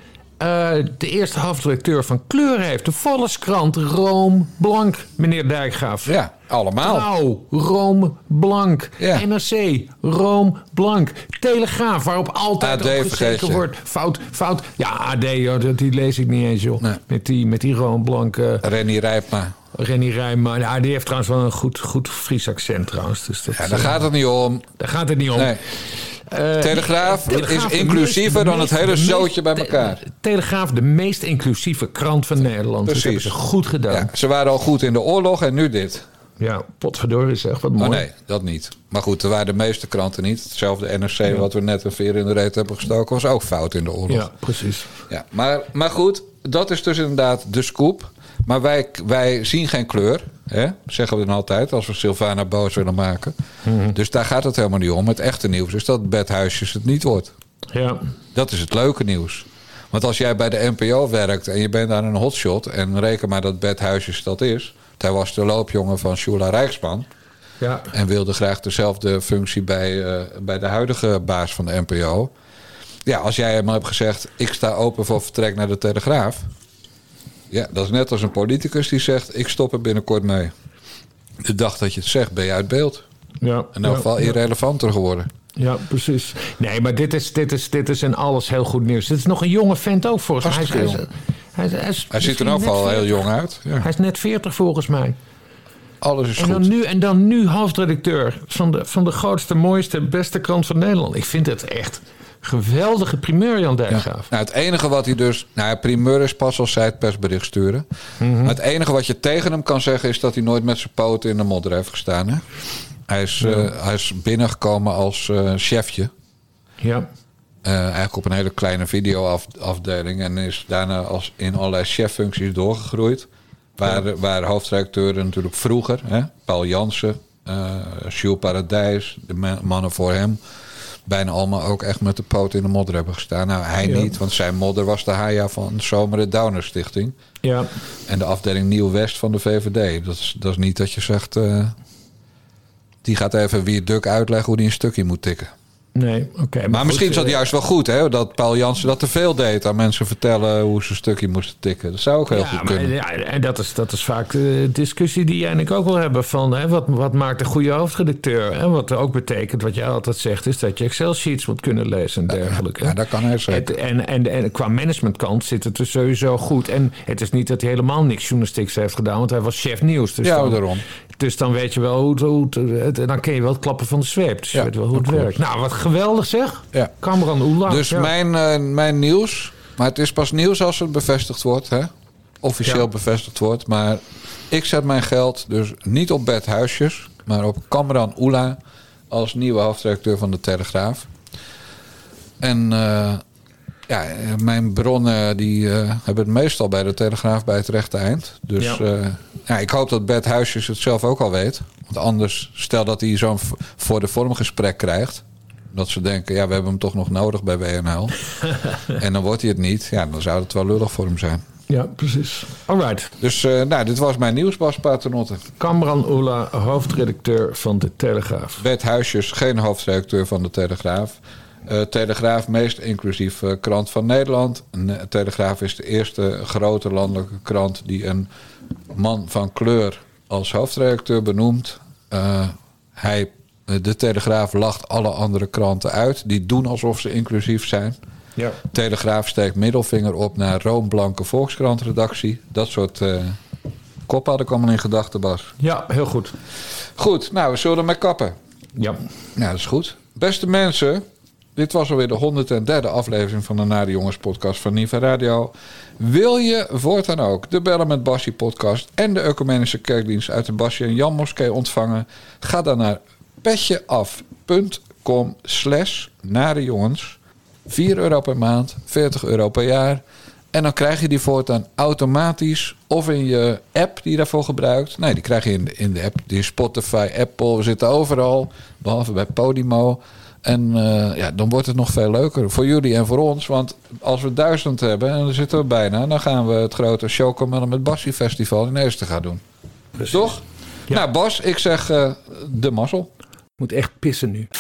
Uh, de eerste hoofdredacteur van kleur heeft. De Volkskrant, room blank, meneer Dijkgraaf. Ja, allemaal. Trouw, room blank. Ja. N R C, room blank. Telegraaf, waarop altijd A D op vergeet gezeken je. wordt. Fout, fout. Ja, A D, joh, dat- die lees ik niet eens, joh. Nee. Met die, met die room blanke... Rennie Rijpma. Rennie Rijma. Ja, die heeft trouwens wel een goed, goed Fries accent trouwens. Dus dat, Ja, daar eh, gaat het niet om. daar gaat het niet om. Nee. Eh, Telegraaf Telegraaf, is de inclusiever meest- dan de het meest- hele de meest- zootje bij Te- elkaar. Telegraaf, de meest inclusieve krant van Nederland. Precies. Dat hebben ze goed gedaan. Ja, Ja, ze waren al goed in de oorlog en nu dit. potverdorie zeg, wat mooi. Oh nee, dat niet. Maar goed, er waren de meeste kranten niet. Hetzelfde N R C wat we net een veer in de reet hebben gestoken... was ook fout in de oorlog. Ja, precies. Ja, maar, maar goed, dat is dus inderdaad de scoop. Maar wij, wij zien geen kleur, hè? Zeggen we dan altijd... als we Sylvana boos willen maken. Mhm. Dus daar gaat het helemaal niet om. Het echte nieuws is dat Bert Huisjes het niet wordt. Ja. Dat is het leuke nieuws. Want als jij bij de N P O werkt en je bent daar een hotshot... en reken maar dat Bert Huisjes dat is... hij was de loopjongen van Shula Rijksman... Ja. en wilde graag dezelfde functie bij, uh, bij de huidige baas van de N P O. Ja, als jij hem hebt gezegd... ik sta open voor vertrek naar de Telegraaf... ja, dat is net als een politicus die zegt... ik stop er binnenkort mee. De dag dat je het zegt, ben je uit beeld. Ja. In elk geval ja. irrelevanter geworden. Ja, precies. Nee, maar dit is, dit is, dit is in alles heel goed nieuws. Dit is nog een jonge vent ook volgens mij. Hij, is- hij, is- hij, is- hij, is Hij ziet er misschien in elk geval net heel veertig. jong uit. Ja. Hij is net veertig volgens mij. Alles is En goed. dan, nu, en dan nu hoofdredacteur van de, van de grootste, mooiste, beste krant van Nederland. Ik vind het echt geweldige primeur, Jan Dijkgraaf. Nou, het enige wat hij dus... Nou, ja, primeur is pas als zij het persbericht sturen. Mhm. Maar het enige wat je tegen hem kan zeggen... is dat hij nooit met zijn poten in de modder heeft gestaan. Hè? Hij, is, uh, hij is binnengekomen als uh, chefje. Ja. Uh, eigenlijk op een hele kleine videoafdeling. En is daarna als in allerlei cheffuncties doorgegroeid. Waar, ja. waar hoofdredacteuren natuurlijk vroeger... Hè, Paul Jansen, uh, Jules Paradijs, de man, mannen voor hem... bijna allemaal ook echt met de poot in de modder hebben gestaan. Nou, hij ja. niet, want zijn modder was de Haya van Zomeren Downer Stichting. Ja. En de afdeling Nieuw-West van de V V D. Dat is, dat is niet dat je zegt... Uh, die gaat even wie Duk uitleggen hoe die een stukje moet tikken. Nee, oké. Okay, maar, maar misschien is dat juist wel goed, hè? Dat Paul Jansen dat te veel deed aan mensen vertellen hoe ze een stukje moesten tikken. Dat zou ook heel ja, goed maar, kunnen. Ja, en dat is, dat is vaak de discussie die jij en ik ook wel hebben van hè, wat, wat maakt een goede hoofdredacteur? En wat ook betekent, wat jij altijd zegt, is dat je Excel-sheets moet kunnen lezen en dergelijke. Ja, ja, dat kan hij zeker. En, en, en, en qua managementkant zit het er sowieso goed. En het is niet dat hij helemaal niks journalistieks heeft gedaan, want hij was chef nieuws. Dus ja, dan, daarom. Dus dan weet je wel hoe het, hoe het, het, dan ken je wel het klappen van de zweep. Dus je ja, weet wel hoe het klopt. werkt. Nou, wat geweldig zeg. Ja. Kamran Ullah. Dus ja. mijn, uh, mijn nieuws, maar het is pas nieuws als het bevestigd wordt, hè? Officieel ja. bevestigd wordt. Maar ik zet mijn geld dus niet op Bert Huisjes, maar op Kamran Ullah als nieuwe hoofdredacteur van de Telegraaf. En uh, ja, mijn bronnen die uh, hebben het meestal bij de Telegraaf bij het rechte eind. Dus ja. Uh, ja, ik hoop dat Bert Huisjes het zelf ook al weet. Want anders, stel dat hij zo'n voor de vorm gesprek krijgt. Dat ze denken, ja, we hebben hem toch nog nodig bij W N L. En dan wordt hij het niet. Ja, dan zou het wel lullig voor hem zijn. Ja, precies. Alright. Dus uh, nou, dit was mijn nieuws, Bas Paternotte. Kamran Ullah, hoofdredacteur van de Telegraaf. Bert Huisjes, geen hoofdredacteur van de Telegraaf. Uh, Telegraaf, meest inclusief uh, krant van Nederland. Uh, Telegraaf is de eerste grote landelijke krant die een man van kleur als hoofdredacteur benoemt. Uh, hij, de Telegraaf lacht alle andere kranten uit. Die doen alsof ze inclusief zijn. Ja. Telegraaf steekt middelvinger op naar roomblanke Volkskrant-redactie. Dat soort uh, kop had ik allemaal in gedachten, Bas. Ja, heel goed. Goed, nou, we zullen ermee kappen. Ja. Nou, dat is goed. Beste mensen, dit was alweer de honderdderde aflevering van de Nare Jongens podcast van Niva Radio. Wil je voortaan ook de Bellen met Bassie podcast en de Ecumenische Kerkdienst uit de Bassie en Jan Moskee ontvangen? Ga dan naar petjeaf.com slash Nare Jongens. vier euro per maand, veertig euro per jaar. En dan krijg je die voortaan automatisch of in je app die je daarvoor gebruikt. Nee, die krijg je in de, in de app. Die Spotify, Apple, we zitten overal. Behalve bij Podimo. En uh, ja, dan wordt het nog veel leuker voor jullie en voor ons. Want als we duizend hebben, en dan zitten we bijna... dan gaan we het grote Chocomel met Bassie Festival in Eester gaan doen. Precies. Toch? Ja. Nou Bas, ik zeg uh, de mazzel. Moet echt pissen nu.